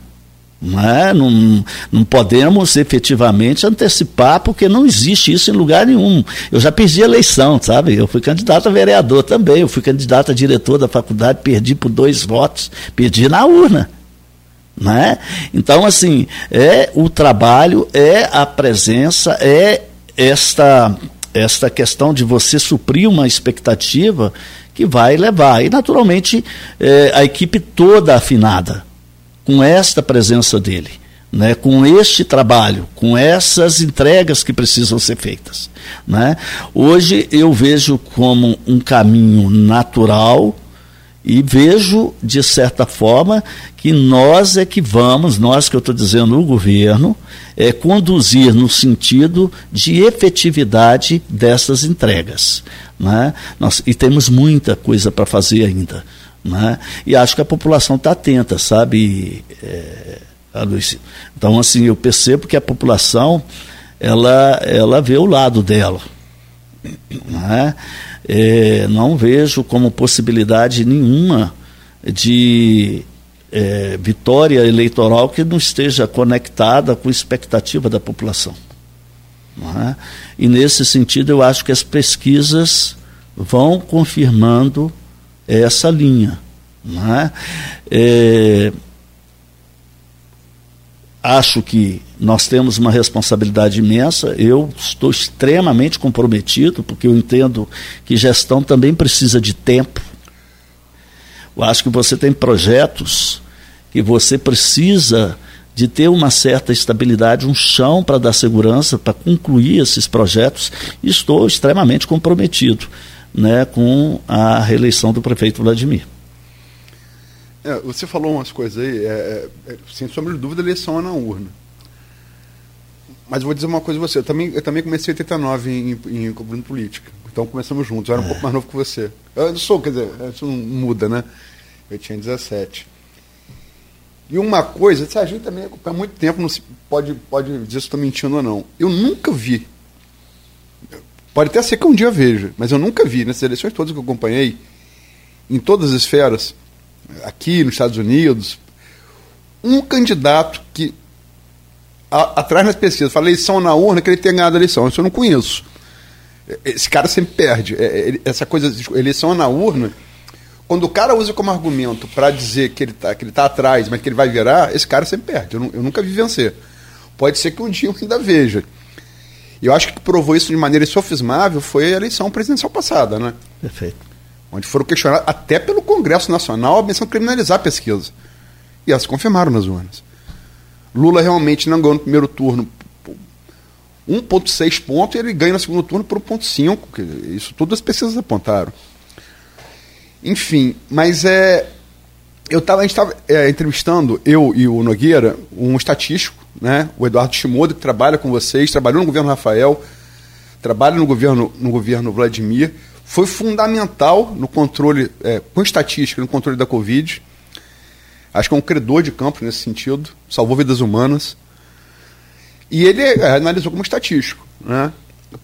Não podemos efetivamente antecipar, porque não existe isso em lugar nenhum. Eu já perdi a eleição, sabe? Eu fui candidato a vereador também, eu fui candidato a diretor da faculdade, perdi por 2 votos, perdi na urna. Né? Então, assim, o trabalho, a presença, esta questão de você suprir uma expectativa que vai levar. E, naturalmente, a equipe toda afinada com esta presença dele, né, com este trabalho, com essas entregas que precisam ser feitas, né? Hoje eu vejo como um caminho natural e vejo, de certa forma, que nós que eu estou dizendo, o governo, conduzir no sentido de efetividade dessas entregas, né? E temos muita coisa para fazer ainda. Né? E acho que a população está atenta, sabe, Luiz? Então, assim, eu percebo que a população ela vê o lado dela, né? Não vejo como possibilidade nenhuma de vitória eleitoral que não esteja conectada com a expectativa da população, né? E nesse sentido eu acho que as pesquisas vão confirmando essa linha, né? Acho que nós temos uma responsabilidade imensa. Eu estou extremamente comprometido, porque eu entendo que gestão também precisa de tempo. Eu acho que você tem projetos que você precisa de ter uma certa estabilidade, um chão para dar segurança, para concluir esses projetos, e estou extremamente comprometido, né, com a reeleição do prefeito Vladimir. Você falou umas coisas aí, sem sombra de dúvida, a eleição é na urna. Mas eu vou dizer uma coisa a você, eu também comecei em 89 em cobrindo política, então começamos juntos, eu era um pouco mais novo que você. Eu sou, quer dizer, isso não muda, né? Eu tinha 17. E uma coisa, a gente também há muito tempo não se pode dizer se estou mentindo ou não. Eu nunca vi, pode até ser que um dia veja, mas eu nunca vi, nessas eleições todas que eu acompanhei, em todas as esferas, aqui nos Estados Unidos, um candidato que, atrás nas pesquisas, fala eleição na urna, que ele tenha ganhado a eleição. Isso eu não conheço. Esse cara sempre perde. Essa coisa de eleição na urna, quando o cara usa como argumento para dizer que ele tá atrás, mas que ele vai virar, esse cara sempre perde. Eu nunca vi vencer. Pode ser que um dia eu ainda veja. E eu acho que provou isso de maneira sofismável foi a eleição presidencial passada, né? Perfeito. Onde foram questionados até pelo Congresso Nacional a menção de criminalizar a pesquisa. E elas se confirmaram nas urnas. Lula realmente não ganhou no primeiro turno 1,6 pontos e ele ganha no segundo turno por 1,5. Isso tudo as pesquisas apontaram. Enfim, mas a gente estava entrevistando, eu e o Nogueira, um estatístico, né, o Eduardo Shimoda, que trabalha com vocês, trabalhou no governo Rafael, trabalha no governo Vladimir, foi fundamental no controle, com estatística, no controle da Covid. Acho que é um credor de campo nesse sentido, salvou vidas humanas. E ele analisou como estatístico, né?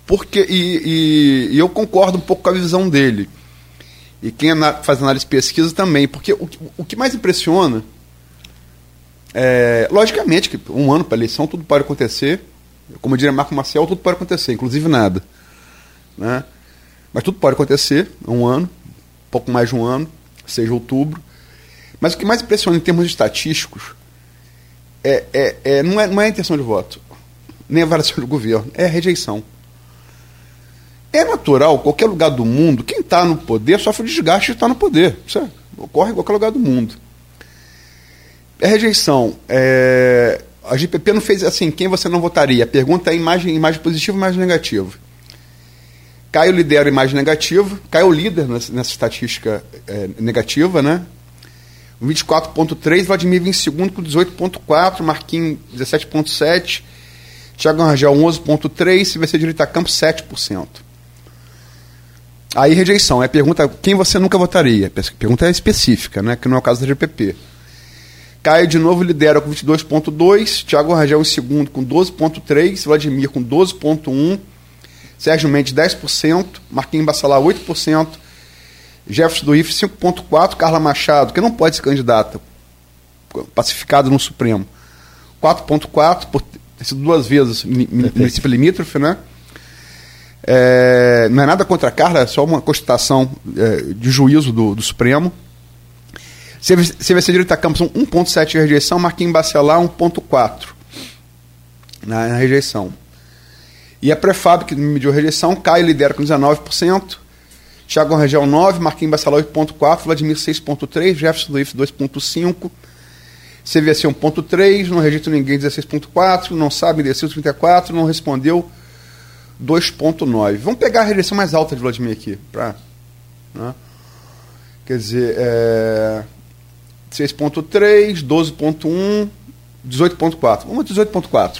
E eu concordo um pouco com a visão dele. E quem faz análise de pesquisa também, porque o que mais impressiona logicamente, que um ano para a eleição tudo pode acontecer, como diria Marco Marcel, tudo pode acontecer, inclusive nada, né? Mas tudo pode acontecer, um ano, pouco mais de um ano, seja outubro. Mas o que mais impressiona em termos estatísticos não é a intenção de voto, nem a variação do governo, é a rejeição. É natural, qualquer lugar do mundo, quem está no poder sofre o desgaste de estar no poder. Isso ocorre em qualquer lugar do mundo. É rejeição. A GPP não fez assim, quem você não votaria? A pergunta é imagem positiva ou imagem negativa. Caio lidera a imagem negativa, Caio líder nessa estatística negativa, né? 24,3%, Vladimir vem em segundo com 18,4%, Marquinhos 17,7%, Thiago Rangel 11,3%, se vai ser direita campo 7%. Aí rejeição, pergunta quem você nunca votaria. A pergunta é específica, né? Que não é o caso da GPP. Caio de novo lidera com 22,2%, Thiago Rangel em segundo com 12,3%, Vladimir com 12,1%, Sérgio Mendes 10%, Marquinhos Bacelar 8%, Jefferson do IFE 5,4%, Carla Machado, que não pode ser candidata, pacificado no Supremo, 4,4%, por ter sido 2 vezes município limítrofe, né? Não é nada contra a Carla, é só uma constatação de juízo do Supremo. CVC Direita Campos 1,7% de rejeição, Marquinhos Bacelar 1,4% na rejeição. E a Prefab, que mediu a rejeição, Caio lidera com 19%, Thiago Rangel 9%, Marquinhos Bacelar 8,4%, Vladimir 6,3%, Jefferson do IFE 2,5%, CVC 1,3%, não rejeita ninguém 16,4%, não sabe, indeciso 34%, não respondeu 2,9%. Vamos pegar a rejeição mais alta de Vladimir aqui, né? Quer dizer, 6,3%, 12,1%, 18,4%. Vamos a 18,4%.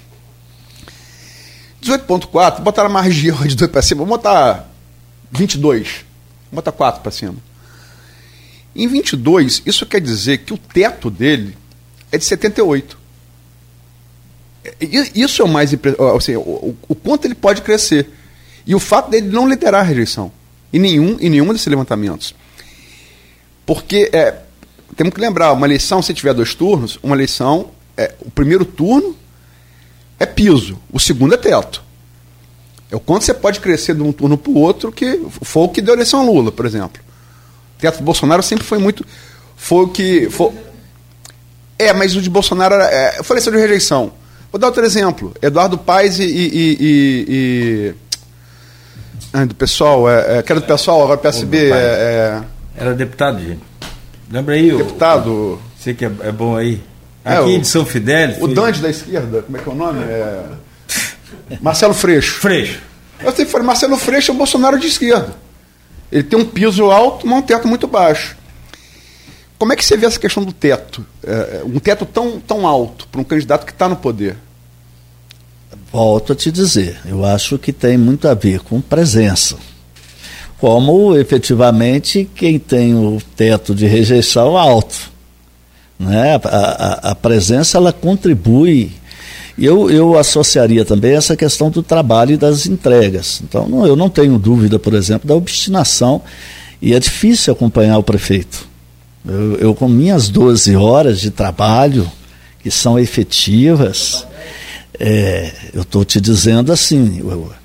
18,4%, botar a margem de 2 para cima, vamos botar 22%, vamos botar 4 para cima. Em 22, isso quer dizer que o teto dele é de 78. Isso é o mais impressionante, assim, o quanto ele pode crescer. E o fato dele não liderar a rejeição em nenhum desses levantamentos. Porque temos que lembrar, uma eleição, se tiver 2 turnos, uma eleição, o primeiro turno é piso, o segundo é teto. É o quanto você pode crescer de um turno para o outro, que foi o que deu a eleição a Lula, por exemplo. O teto do Bolsonaro sempre foi muito... Foi o que... mas o de Bolsonaro foi eleição de rejeição. Vou dar outro exemplo. Eduardo Paes do pessoal, que era do pessoal, agora PSB... Era deputado, gente. Lembra aí? Deputado... Você que é bom aí. Aqui de São Fidélis. O Dante da esquerda, como é que é o nome? Marcelo Freixo. Eu sempre falei, Marcelo Freixo é o Bolsonaro de esquerda. Ele tem um piso alto, mas um teto muito baixo. Como é que você vê essa questão do teto? Um teto tão alto para um candidato que está no poder? Volto a te dizer, eu acho que tem muito a ver com presença. Como, efetivamente, quem tem o teto de rejeição alto. Né? A presença, ela contribui. Eu associaria também essa questão do trabalho e das entregas. Então, eu não tenho dúvida, por exemplo, da obstinação, e é difícil acompanhar o prefeito. Eu com minhas 12 horas de trabalho, que são efetivas, eu estou te dizendo assim,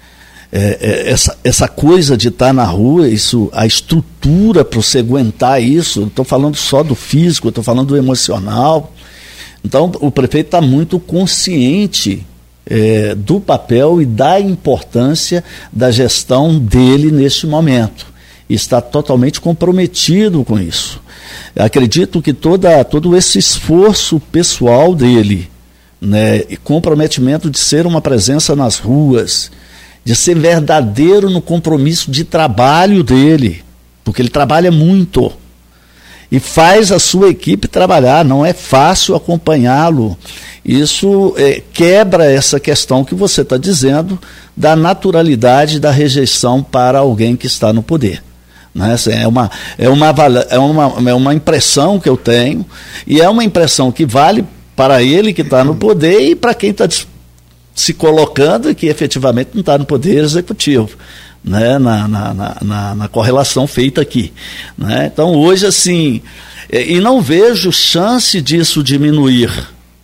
essa coisa de estar na rua, a estrutura para você aguentar isso, estou falando só do físico, estou falando do emocional. Então, o prefeito está muito consciente do papel e da importância da gestão dele neste momento. E está totalmente comprometido com isso. Acredito que todo esse esforço pessoal dele, né, e comprometimento de ser uma presença nas ruas, de ser verdadeiro no compromisso de trabalho dele, porque ele trabalha muito e faz a sua equipe trabalhar, não é fácil acompanhá-lo. Isso quebra essa questão que você está dizendo da naturalidade da rejeição para alguém que está no poder. Né? É uma impressão que eu tenho, e é uma impressão que vale para ele que está no poder e para quem está se colocando e que efetivamente não está no poder executivo, né? na correlação feita aqui. Né? Então, hoje, assim, e não vejo chance disso diminuir.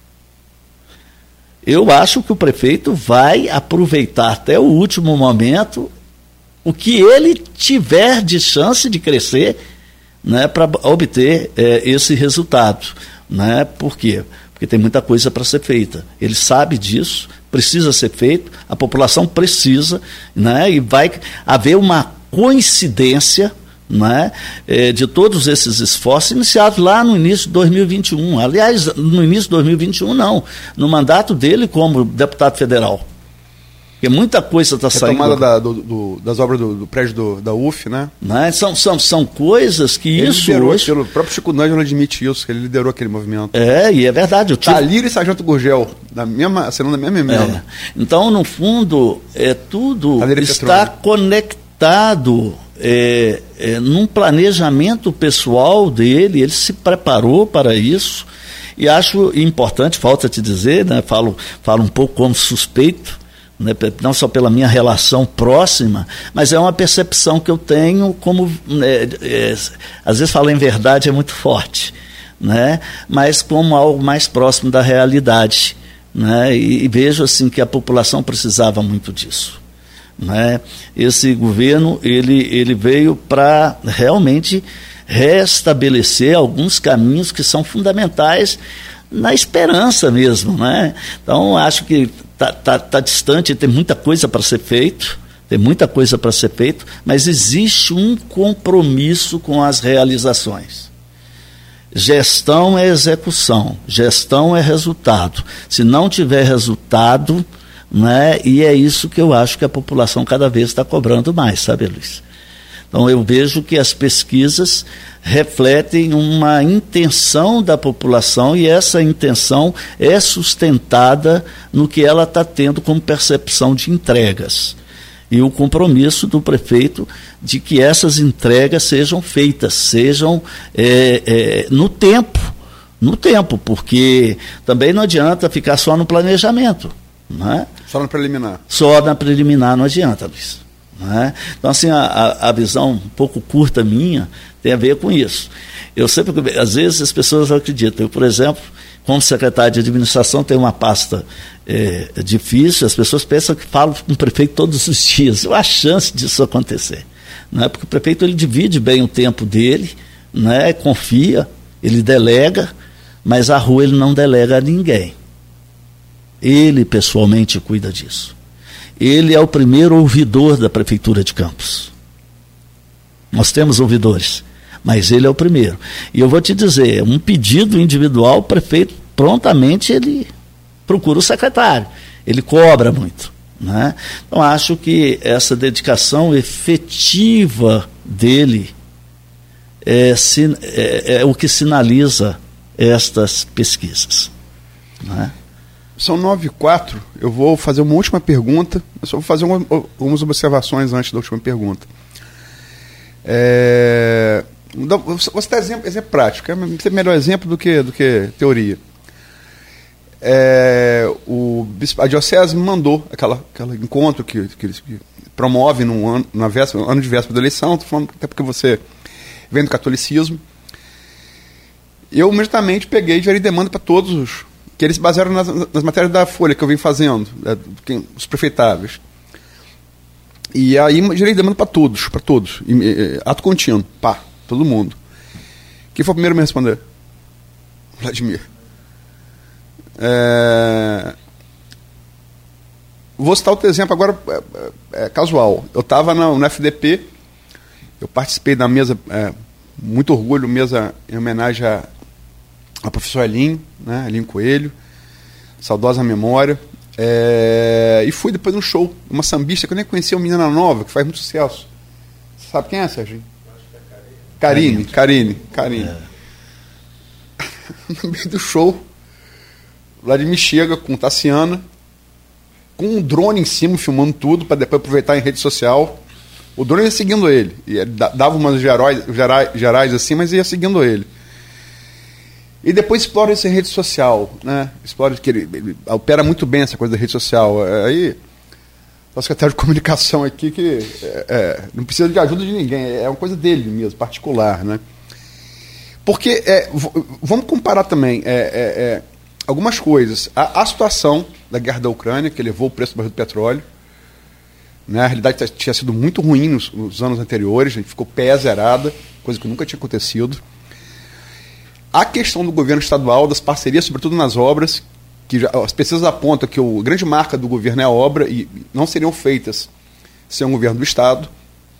Eu acho que o prefeito vai aproveitar até o último momento o que ele tiver de chance de crescer, né, para obter esse resultado. Né? Por quê? porque tem muita coisa para ser feita. Ele sabe disso, precisa ser feito, a população precisa, né? E vai haver uma coincidência, né, de todos esses esforços iniciados lá no início de 2021. Aliás, no início de 2021 não, no mandato dele como deputado federal. Porque muita coisa está saindo. Retomada das obras do prédio da UF, né? São coisas que ele isso liderou, hoje... O próprio Chico Nangel admite isso, que ele liderou aquele movimento. E é verdade. Talírio e Sargento Gurgel, assinando a mesma emenda. Então, no fundo, tudo está conectado num planejamento pessoal dele, ele se preparou para isso, e acho importante, falta te dizer, né, falo um pouco como suspeito, né, não só pela minha relação próxima, mas é uma percepção que eu tenho como, às vezes falar em verdade é muito forte, né, mas como algo mais próximo da realidade, né, e vejo assim que a população precisava muito disso, né. Esse governo ele veio para realmente restabelecer alguns caminhos que são fundamentais na esperança mesmo, né. Então acho que Está distante, tem muita coisa para ser feito, mas existe um compromisso com as realizações. Gestão é execução, gestão é resultado. Se não tiver resultado, né, e é isso que eu acho que a população cada vez está cobrando mais, sabe, Luiz? Então eu vejo que as pesquisas refletem uma intenção da população e essa intenção é sustentada no que ela está tendo como percepção de entregas. E o compromisso do prefeito de que essas entregas sejam feitas, sejam no tempo, porque também não adianta ficar só no planejamento. Né? Só na preliminar. Só na preliminar não adianta, Luiz. Né? Então, assim, a visão um pouco curta minha tem a ver com isso. Eu sempre, às vezes as pessoas não acreditam. Eu, por exemplo, como secretário de administração, tenho uma pasta difícil, as pessoas pensam que falo com o prefeito todos os dias. Eu acho chance disso acontecer. Né? Porque o prefeito ele divide bem o tempo dele, né? Confia, ele delega, mas a rua ele não delega a ninguém. Ele pessoalmente cuida disso. Ele é o primeiro ouvidor da Prefeitura de Campos. Nós temos ouvidores, mas ele é o primeiro. E eu vou te dizer, um pedido individual, o prefeito prontamente ele procura o secretário, ele cobra muito. Né? Então acho que essa dedicação efetiva dele é o que sinaliza estas pesquisas. Né? São 9h04, eu vou fazer uma última pergunta, eu só vou fazer algumas observações antes da última pergunta. Vou citar exemplo prático, é melhor exemplo do que teoria. A Diocese me mandou aquele encontro que eles promovem no ano de véspera da eleição, estou falando até porque você vem do catolicismo. Eu imediatamente peguei e gerei demanda para todos que eles se basearam nas matérias da Folha que eu vim fazendo, os prefeitáveis. E aí gerei demanda para todos. Ato contínuo, todo mundo. Quem foi o primeiro a me responder? Vladimir. Vou citar outro exemplo agora, casual. Eu estava no FDP, eu participei da mesa, muito orgulho, mesa em homenagem ao professor Elinho, né, Elinho Coelho, saudosa memória, e fui depois de um show, uma sambista que eu nem conhecia, uma menina nova, que faz muito sucesso. Você sabe quem é, Sérgio? Karine. No meio do show, Vladimir chega com Tassiana, com um drone em cima, filmando tudo, para depois aproveitar em rede social. O drone ia seguindo ele, e dava umas gerais assim, mas ia seguindo ele. E depois explora isso em rede social, né? Explora que ele opera muito bem essa coisa da rede social. Aí, o secretário de comunicação aqui que não precisa de ajuda de ninguém, é uma coisa dele mesmo, particular, né? Porque, vamos comparar também algumas coisas. A situação da guerra da Ucrânia, que levou o preço do barril do petróleo, né? A realidade tinha sido muito ruim nos anos anteriores, a gente ficou pé zerada, coisa que nunca tinha acontecido. A questão do governo estadual, das parcerias, sobretudo nas obras, que as pesquisas apontam que a grande marca do governo é a obra e não seriam feitas sem o governo do Estado.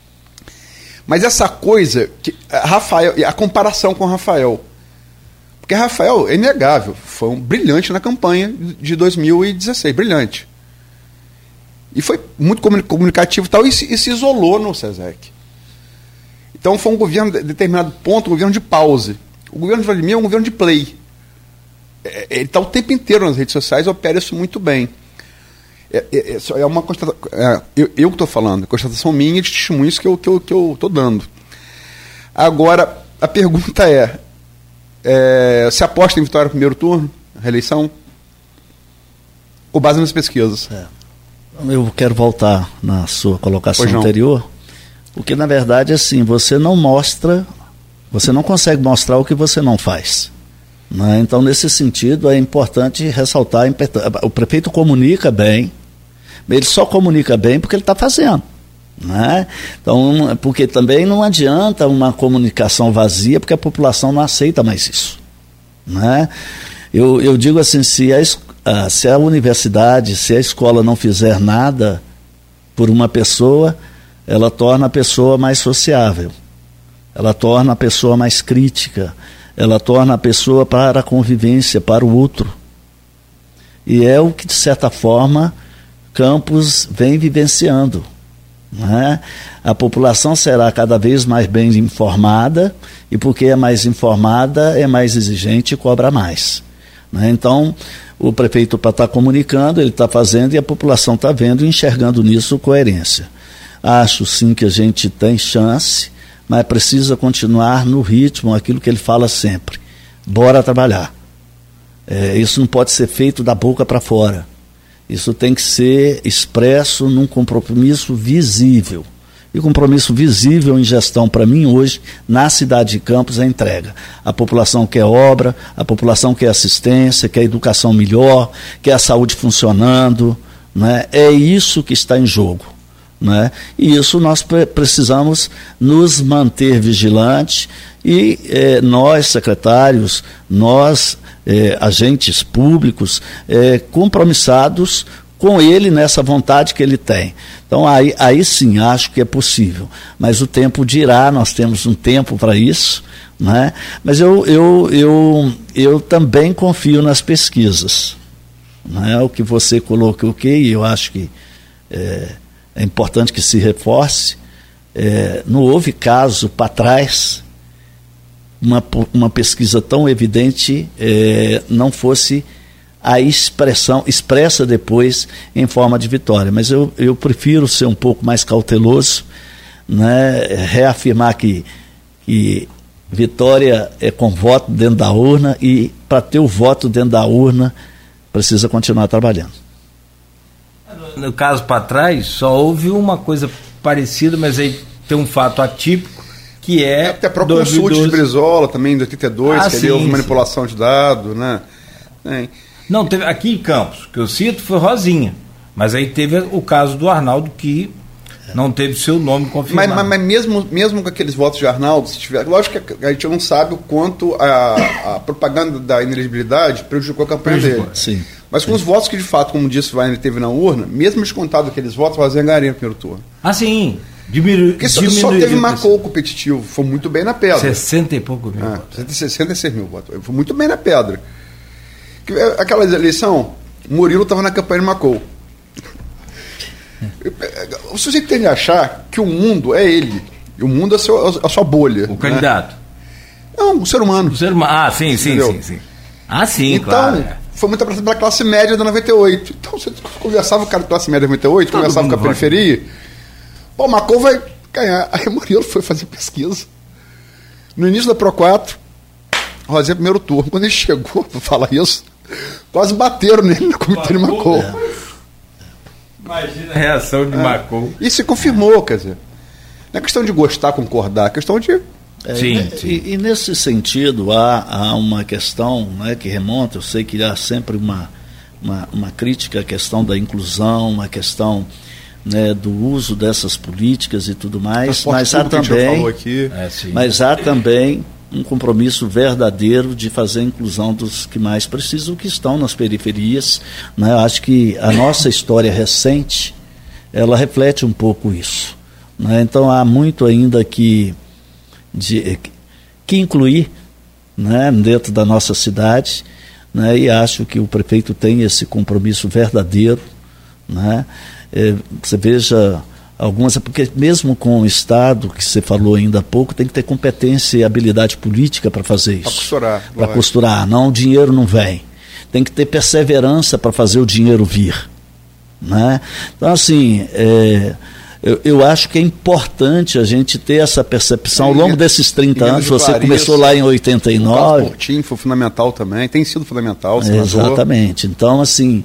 Mas essa coisa, a comparação com o Rafael, porque Rafael é inegável, foi um brilhante na campanha de 2016, brilhante. E foi muito comunicativo e tal, e se isolou no SESEC. Então foi um governo, de determinado ponto, um governo de pause. O governo de Vladimir é um governo de play. Ele está o tempo inteiro nas redes sociais e opera isso muito bem. É uma constatação. Eu que estou falando, constatação minha de testemunhos que eu estou dando. Agora, a pergunta você aposta em vitória no primeiro turno, reeleição? Ou base nas pesquisas? Eu quero voltar na sua colocação anterior, porque na verdade assim, você não consegue mostrar o que você não faz. Né? Então, nesse sentido, é importante ressaltar, o prefeito comunica bem, ele só comunica bem porque ele está fazendo. Né? Então, porque também não adianta uma comunicação vazia, porque a população não aceita mais isso. Né? Eu digo assim, se a universidade, se a escola não fizer nada por uma pessoa, ela torna a pessoa mais sociável, ela torna a pessoa mais crítica, ela torna a pessoa para a convivência, para o outro. E é o que, de certa forma, Campos vem vivenciando. Né? A população será cada vez mais bem informada, e porque é mais informada, é mais exigente e cobra mais. Né? Então, o prefeito, para estar comunicando, ele está fazendo e a população está vendo e enxergando nisso coerência. Acho sim que a gente tem chance, mas precisa continuar no ritmo, aquilo que ele fala sempre. Bora trabalhar. Isso não pode ser feito da boca para fora. Isso tem que ser expresso num compromisso visível. E compromisso visível em gestão, para mim, hoje, na cidade de Campos, é entrega. A população quer obra, a população quer assistência, quer educação melhor, quer a saúde funcionando. Né? É isso que está em jogo. Né? E isso nós precisamos nos manter vigilantes e nós, secretários, nós, agentes públicos, compromissados com ele nessa vontade que ele tem. Então aí sim acho que é possível, mas o tempo dirá, nós temos um tempo para isso, né? Mas eu também confio nas pesquisas, né? O que você colocou e eu acho que é importante que se reforce. Não houve caso para trás, uma pesquisa tão evidente não fosse a expressa depois em forma de vitória. Mas eu prefiro ser um pouco mais cauteloso, né? Reafirmar que vitória é com voto dentro da urna, e para ter o voto dentro da urna precisa continuar trabalhando. No caso para trás, só houve uma coisa parecida, mas aí tem um fato atípico, que até a própria consulta de Brizola também, em 82, que ali houve manipulação de dados, né? Não, teve aqui em Campos, que eu cito, foi Rosinha, mas aí teve o caso do Arnaldo, que não teve seu nome confirmado. Mas mesmo com aqueles votos de Arnaldo, se tiver, lógico que a gente não sabe o quanto a propaganda da inelegibilidade prejudicou a campanha dele. Sim. Mas com os votos que, de fato, como disse o Wagner, teve na urna, mesmo descontado aqueles votos, Rosinha ganharia no primeiro turno. Ah, sim. Porque só teve marcou competitivo, foi muito bem na pedra. 60 e pouco mil votos. 66 mil votos. Foi muito bem na pedra. Aquela eleição, Murilo estava na campanha de Macou. O sujeito tem de achar que o mundo é ele. E o mundo é a sua bolha. O candidato. Não, o ser humano. O ser humano. Ah, sim. Ah, sim, então, claro. Foi muito abraçado pela classe média da 98. Então, você conversava com o cara da classe média da 98, conversava com a periferia. O Macou vai ganhar. Aí o Murilo foi fazer pesquisa. No início da Pro 4, Rosinha primeiro turno. Quando ele chegou para falar isso, quase bateram nele no comitê de Macou. Imagina a reação de Macou. E se confirmou, quer dizer. Não é questão de gostar, concordar, é questão de... Sim. E nesse sentido, há uma questão, né, que remonta, eu sei que há sempre uma crítica à questão da inclusão, uma questão, né, do uso dessas políticas e tudo mais, mas há também um compromisso verdadeiro de fazer a inclusão dos que mais precisam, que estão nas periferias, né? Eu acho que a nossa história recente, ela reflete um pouco isso, né? Então há muito ainda que incluir, né, dentro da nossa cidade, né? E acho que o prefeito tem esse compromisso verdadeiro, né? Você veja algumas, porque mesmo com o Estado, que você falou ainda há pouco, tem que ter competência e habilidade política para fazer isso. Para costurar. Não, o dinheiro não vem. Tem que ter perseverança para fazer o dinheiro vir, né? Então, assim, eu acho que é importante a gente ter essa percepção ao longo desses 30 anos. Você começou lá em 89. O Portinho foi fundamental também, tem sido fundamental. Exatamente. Então, assim,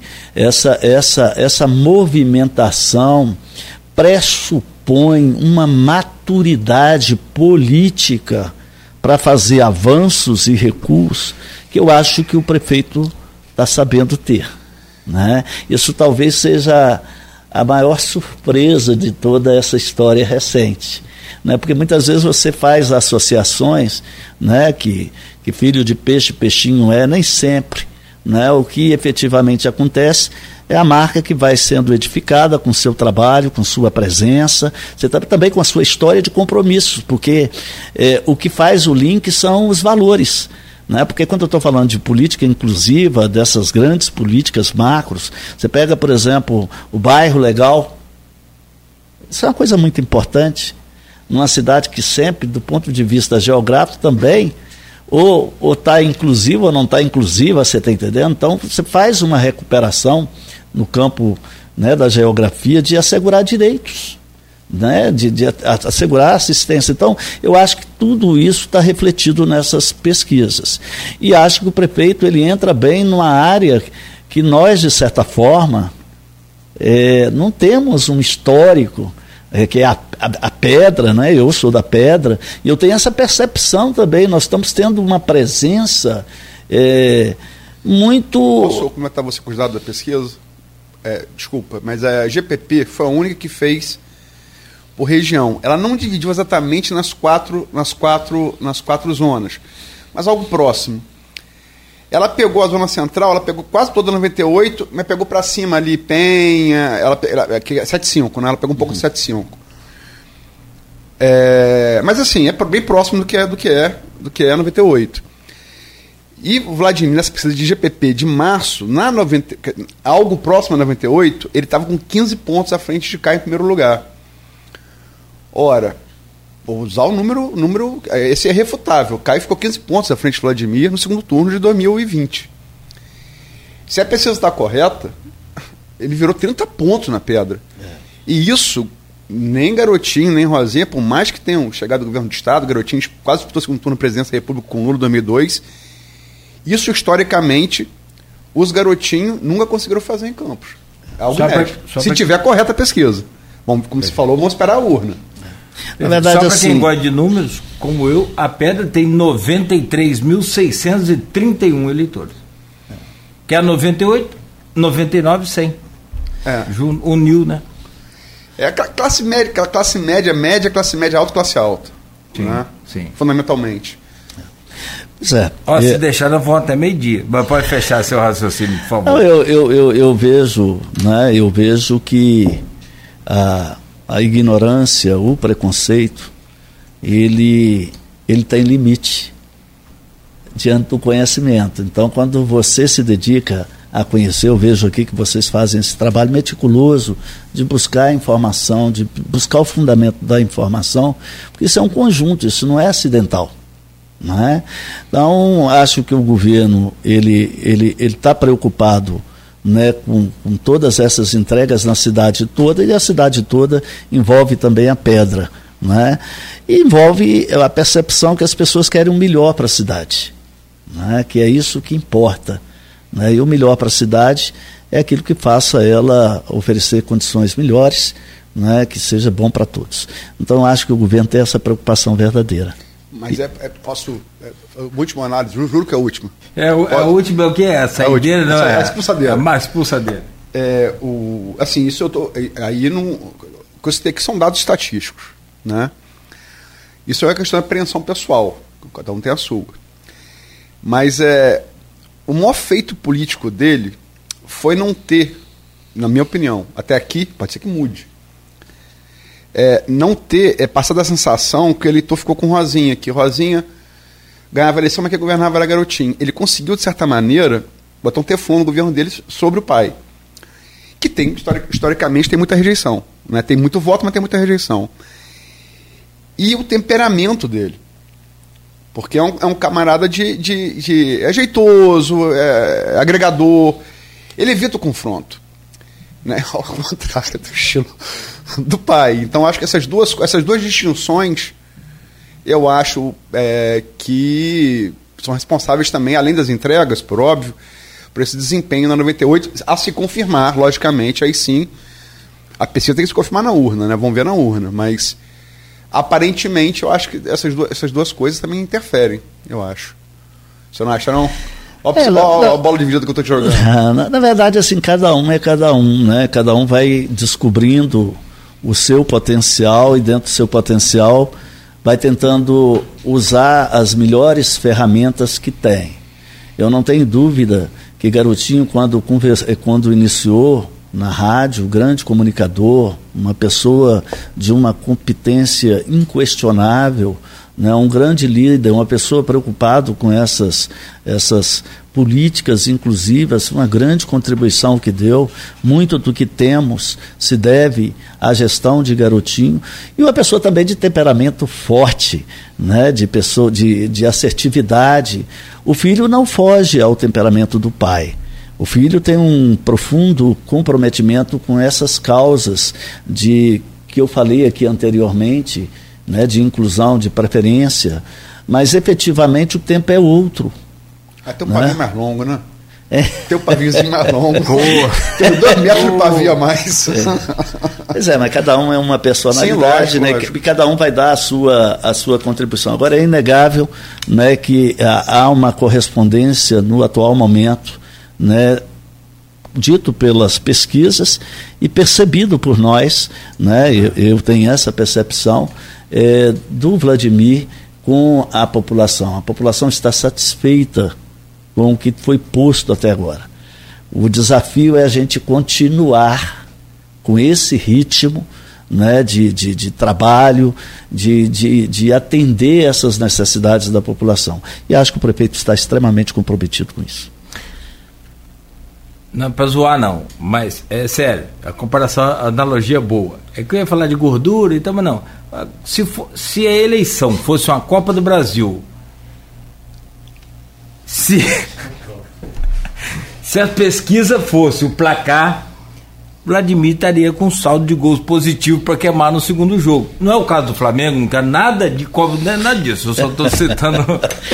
essa movimentação pressupõe uma maturidade política para fazer avanços e recuos que eu acho que o prefeito está sabendo ter, né? Isso talvez seja a maior surpresa de toda essa história recente, né? Porque muitas vezes você faz associações, né, que filho de peixe, peixinho nem sempre, né? O que efetivamente acontece é a marca que vai sendo edificada com o seu trabalho, com sua presença, você também com a sua história de compromissos, porque o que faz o link são os valores, né? Porque quando eu estou falando de política inclusiva, dessas grandes políticas macros, você pega, por exemplo, o bairro legal, isso é uma coisa muito importante, numa cidade que sempre, do ponto de vista geográfico também, ou está inclusiva ou não está inclusiva, você está entendendo? Então você faz uma recuperação no campo, né, da geografia, de assegurar direitos, né, de assegurar assistência. Então eu acho que tudo isso está refletido nessas pesquisas, e acho que o prefeito ele entra bem numa área que nós, de certa forma, não temos um histórico, que é a pedra, né? Eu sou da pedra, e eu tenho essa percepção também. Nós estamos tendo uma presença muito... Posso comentar você com os dados da pesquisa? Desculpa, mas a GPP foi a única que fez por região. Ela não dividiu exatamente nas quatro zonas, mas algo próximo. Ela pegou a zona central, ela pegou quase toda a 98, mas pegou para cima ali, Penha, 7,5, né? Ela pegou um pouco de 7,5. Mas assim, é bem próximo do que é 98. E o Vladimir, nessa pesquisa de GPP de março, algo próximo a 98, ele estava com 15 pontos à frente de Caio em primeiro lugar. Ora, vou usar o número, esse é refutável. Caio ficou 15 pontos à frente de Vladimir no segundo turno de 2020. Se a pesquisa está correta, ele virou 30 pontos na pedra. E isso, nem Garotinho, nem Rosinha, por mais que tenham chegado do governo do Estado, Garotinho quase disputou o segundo turno de presidência da República com Lula em 2002, isso historicamente, os Garotinhos nunca conseguiram fazer em Campos. É algo médio. Se tiver correta a pesquisa. Bom, como se falou, vamos esperar a urna. Na verdade, só para quem gosta de números, como eu, a Pedra tem 93.631 eleitores. Que é a 98, 99, 100. Uniu, né? É a classe média, classe média, classe média alta, classe alta. Sim, né? Sim. Fundamentalmente. Se deixar, nós vamos até meio-dia. Mas pode fechar seu raciocínio, por favor. Não, eu vejo, né, que a ignorância, o preconceito, ele tem limite diante do conhecimento. Então, quando você se dedica a conhecer, eu vejo aqui que vocês fazem esse trabalho meticuloso de buscar a informação, de buscar o fundamento da informação, porque isso é um conjunto, isso não é acidental, não é? Então, acho que o governo ele está preocupado, né, com todas essas entregas na cidade toda, e a cidade toda envolve também a Pedra, né? E envolve a percepção que as pessoas querem o melhor para a cidade, né? Que é isso que importa, né? E o melhor para a cidade é aquilo que faça ela oferecer condições melhores, né, que seja bom para todos. Então acho que o governo tem essa preocupação verdadeira. Mas a última análise, juro que é a última. A última é o que é? A saideira? Não é? A expulsadeira. A expulsadeira. Assim, isso eu tô... Aí não... Que são dados estatísticos, né? Isso é uma questão de apreensão pessoal. cada um tem a sua. Mas o maior feito político dele foi não ter, na minha opinião, até aqui, pode ser que mude, não ter passado a sensação que o eleitor ficou com Rosinha, que Rosinha ganhava a eleição, mas que governava era Garotinho. Ele conseguiu, de certa maneira, botar um teflon no governo dele sobre o pai, que tem, historicamente, tem muita rejeição. Né? Tem muito voto, mas tem muita rejeição. E o temperamento dele. Porque é um camarada é jeitoso, é agregador. Ele evita o confronto. Né? Ao contrário do estilo do pai. Então, acho que essas duas distinções, eu acho que são responsáveis também, além das entregas, por óbvio, por esse desempenho na 98, a se confirmar, logicamente, aí sim, a pesquisa tem que se confirmar na urna, né? Vamos ver na urna, mas aparentemente eu acho que essas duas coisas também interferem, eu acho. Você não acha, não? Olha a bola dividida que eu estou te jogando. Na verdade, assim, cada um é cada um, né? Cada um vai descobrindo o seu potencial e dentro do seu potencial vai tentando usar as melhores ferramentas que tem. Eu não tenho dúvida que Garotinho, quando iniciou na rádio, grande comunicador, uma pessoa de uma competência inquestionável, né, um grande líder, uma pessoa preocupada com essas políticas inclusivas, uma grande contribuição que deu. Muito do que temos se deve à gestão de Garotinho, e uma pessoa também de temperamento forte, né, de assertividade. O filho não foge ao temperamento do pai. O filho tem um profundo comprometimento com essas causas que eu falei aqui anteriormente, né, de inclusão, de preferência, mas efetivamente o tempo é outro. Tem um pavio mais longo, né? Tem um paviozinho mais longo. Tem 2 metros de pavio a mais. Pois mas cada um é uma personalidade. Sim, lógico, né? Lógico. E cada um vai dar a sua contribuição. Agora, é inegável, né, que há uma correspondência no atual momento, né, dito pelas pesquisas e percebido por nós, né, eu tenho essa percepção do Vladimir com a população. A população está satisfeita com o que foi posto até agora. O desafio é a gente continuar com esse ritmo, né, de trabalho, de atender essas necessidades da população. E acho que o prefeito está extremamente comprometido com isso. Não é para zoar, não, mas é sério, a comparação, a analogia é boa. É que eu ia falar de gordura, então, mas não. Se a eleição fosse uma Copa do Brasil, se a pesquisa fosse o placar, Vladimir estaria com saldo de gols positivo para queimar no segundo jogo. Não é o caso do Flamengo, não quero nada de nada disso, eu só estou citando.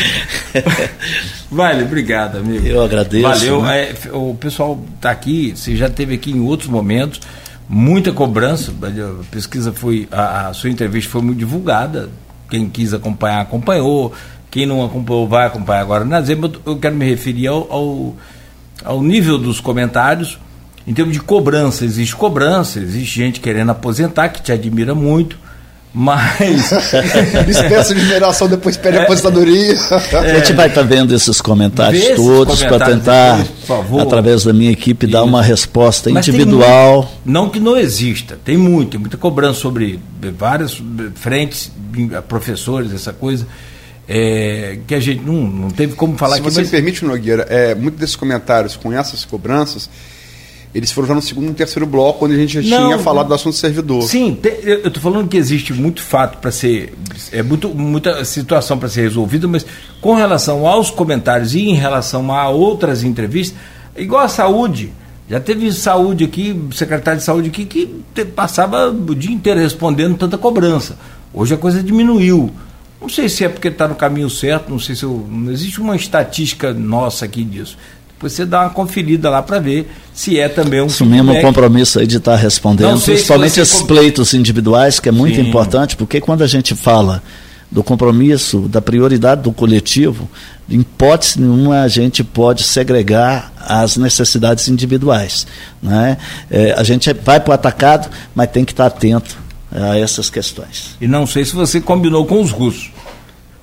Vale, obrigado, amigo. Eu agradeço. Valeu. Né? O pessoal está aqui, você já esteve aqui em outros momentos, muita cobrança. A pesquisa a sua entrevista foi muito divulgada. Quem quis acompanhar, acompanhou. Quem não acompanhou, vai acompanhar agora na Zema. Eu quero me referir ao nível dos comentários. Em termos de cobrança, existe gente querendo aposentar, que te admira muito, mas... Dispensa de mineração, depois pede aposentadoria. A gente vai estar vendo esses comentários todos para tentar, depois, por favor, através da minha equipe, dar uma resposta individual. Não que não exista, tem muita cobrança sobre várias frentes, professores, essa coisa... que a gente não teve como falar. Se você me permite, Nogueira, muitos desses comentários com essas cobranças, eles foram já no segundo e terceiro bloco, onde a gente já tinha falado do assunto servidor. Sim, eu estou falando que existe muito fato para ser, muita situação para ser resolvida, mas com relação aos comentários e em relação a outras entrevistas, igual a saúde, já teve saúde aqui, secretário de saúde aqui, que passava o dia inteiro respondendo tanta cobrança. Hoje a coisa diminuiu. Não sei se é porque está no caminho certo, não sei se não existe uma estatística nossa aqui disso. Depois você dá uma conferida lá para ver se é também um... Assumimos o compromisso aí de estar respondendo, principalmente esses pleitos individuais, que é muito importante, porque quando a gente fala do compromisso, da prioridade do coletivo, em hipótese nenhuma a gente pode segregar as necessidades individuais, né? A gente vai para o atacado, mas tem que estar atento a essas questões. E não sei se você combinou com os russos.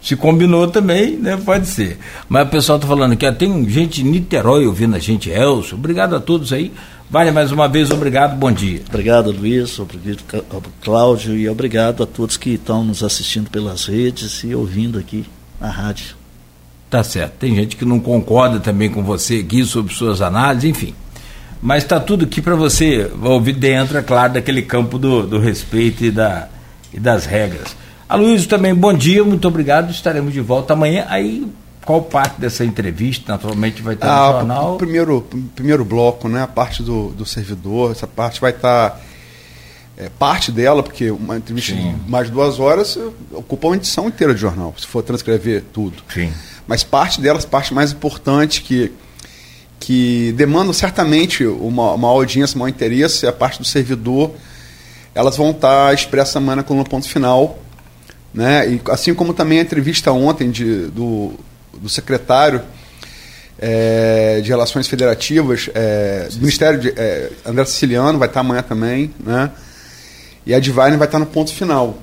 Se combinou também, né? Pode ser. Mas o pessoal está falando que tem gente de Niterói ouvindo a gente, Elcio. Obrigado a todos aí. Vale, mais uma vez, obrigado, bom dia. Obrigado, Luiz, obrigado, Cláudio, e obrigado a todos que estão nos assistindo pelas redes e ouvindo aqui na rádio. Tá certo. Tem gente que não concorda também com você aqui sobre suas análises, enfim. Mas está tudo aqui para você ouvir dentro, é claro, daquele campo do respeito e das regras. Aloysio também, bom dia, muito obrigado, estaremos de volta amanhã. Aí, qual parte dessa entrevista, naturalmente, vai estar no jornal? O primeiro bloco, né, a parte do servidor, essa parte vai estar, parte dela, porque uma entrevista de mais de 2 horas ocupa uma edição inteira de jornal, se for transcrever tudo. Sim. Mas parte delas, parte mais importante, que demandam certamente uma audiência, um maior interesse, a parte do servidor, elas vão estar expressas amanhã com o ponto final, né? E assim como também a entrevista ontem do secretário de Relações Federativas do Ministério André Siciliano, vai estar amanhã também, né? E a de Wagner vai estar no ponto final.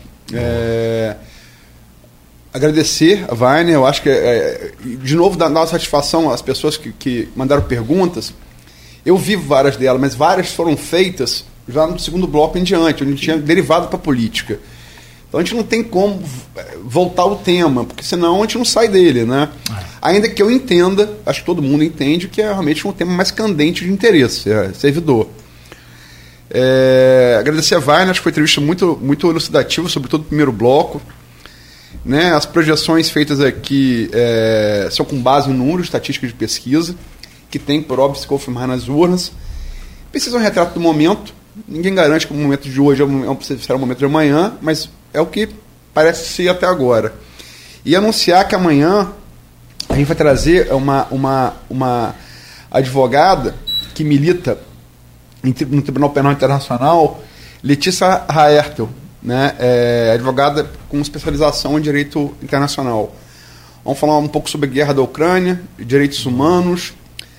Agradecer a Wagner, eu acho que de novo dar uma satisfação às pessoas que mandaram perguntas. Eu vi várias delas, mas várias foram feitas já no segundo bloco em diante, onde tinha derivado para a política. Então a gente não tem como voltar ao tema, porque senão a gente não sai dele, né? Ainda que eu entenda, acho que todo mundo entende, que é realmente um tema mais candente de interesse, servidor. Agradecer a Wagner, acho que foi uma entrevista muito, muito elucidativa, sobretudo o primeiro bloco. Né? As projeções feitas aqui são com base em números, estatísticas de pesquisa, que tem, por óbvio, se confirmar nas urnas. Precisa um retrato do momento. Ninguém garante que o momento de hoje será o momento de amanhã, mas é o que parece ser até agora. E anunciar que amanhã a gente vai trazer uma advogada que milita no Tribunal Penal Internacional, Letícia Raertel, né? Advogada com especialização em direito internacional. Vamos falar um pouco sobre a guerra da Ucrânia, direitos humanos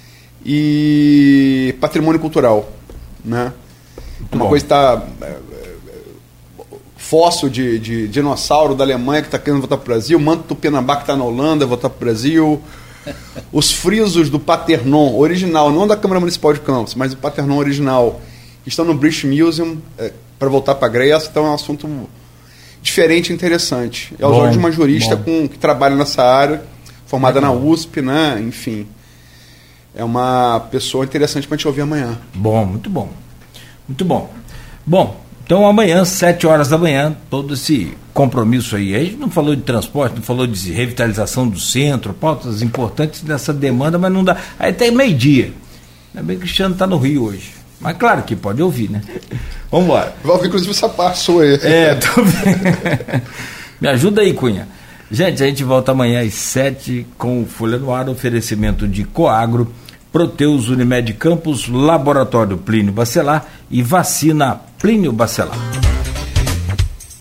e patrimônio cultural, né? Uma coisa está fóssil de dinossauro da Alemanha que está querendo voltar para o Brasil, manto Tupinambá que está na Holanda voltar para o Brasil, os frisos do Paternon original, não da Câmara Municipal de Campos, mas o Paternon original, que estão no British Museum para voltar para a Grécia. Então é um assunto diferente e interessante. É os olhos de uma jurista que trabalha nessa área, formada na USP, né? Enfim, é uma pessoa interessante para a gente ouvir amanhã. Bom, muito bom. Muito bom. Bom, então amanhã, 7 horas da manhã, todo esse compromisso aí. A gente não falou de transporte, não falou de revitalização do centro, pautas importantes dessa demanda, mas não dá. Aí até meio-dia. Ainda bem que o Cristiano está no Rio hoje. Mas claro que pode ouvir, né? Vamos embora. Vai ouvir, inclusive, essa parte sua aí. Tô vendo. Me ajuda aí, Cunha. Gente, a gente volta amanhã às 7 com o Folha no Ar, oferecimento de Coagro, Proteus Unimed Campos, Laboratório Plínio Bacelar e Vacina Plínio Bacelar.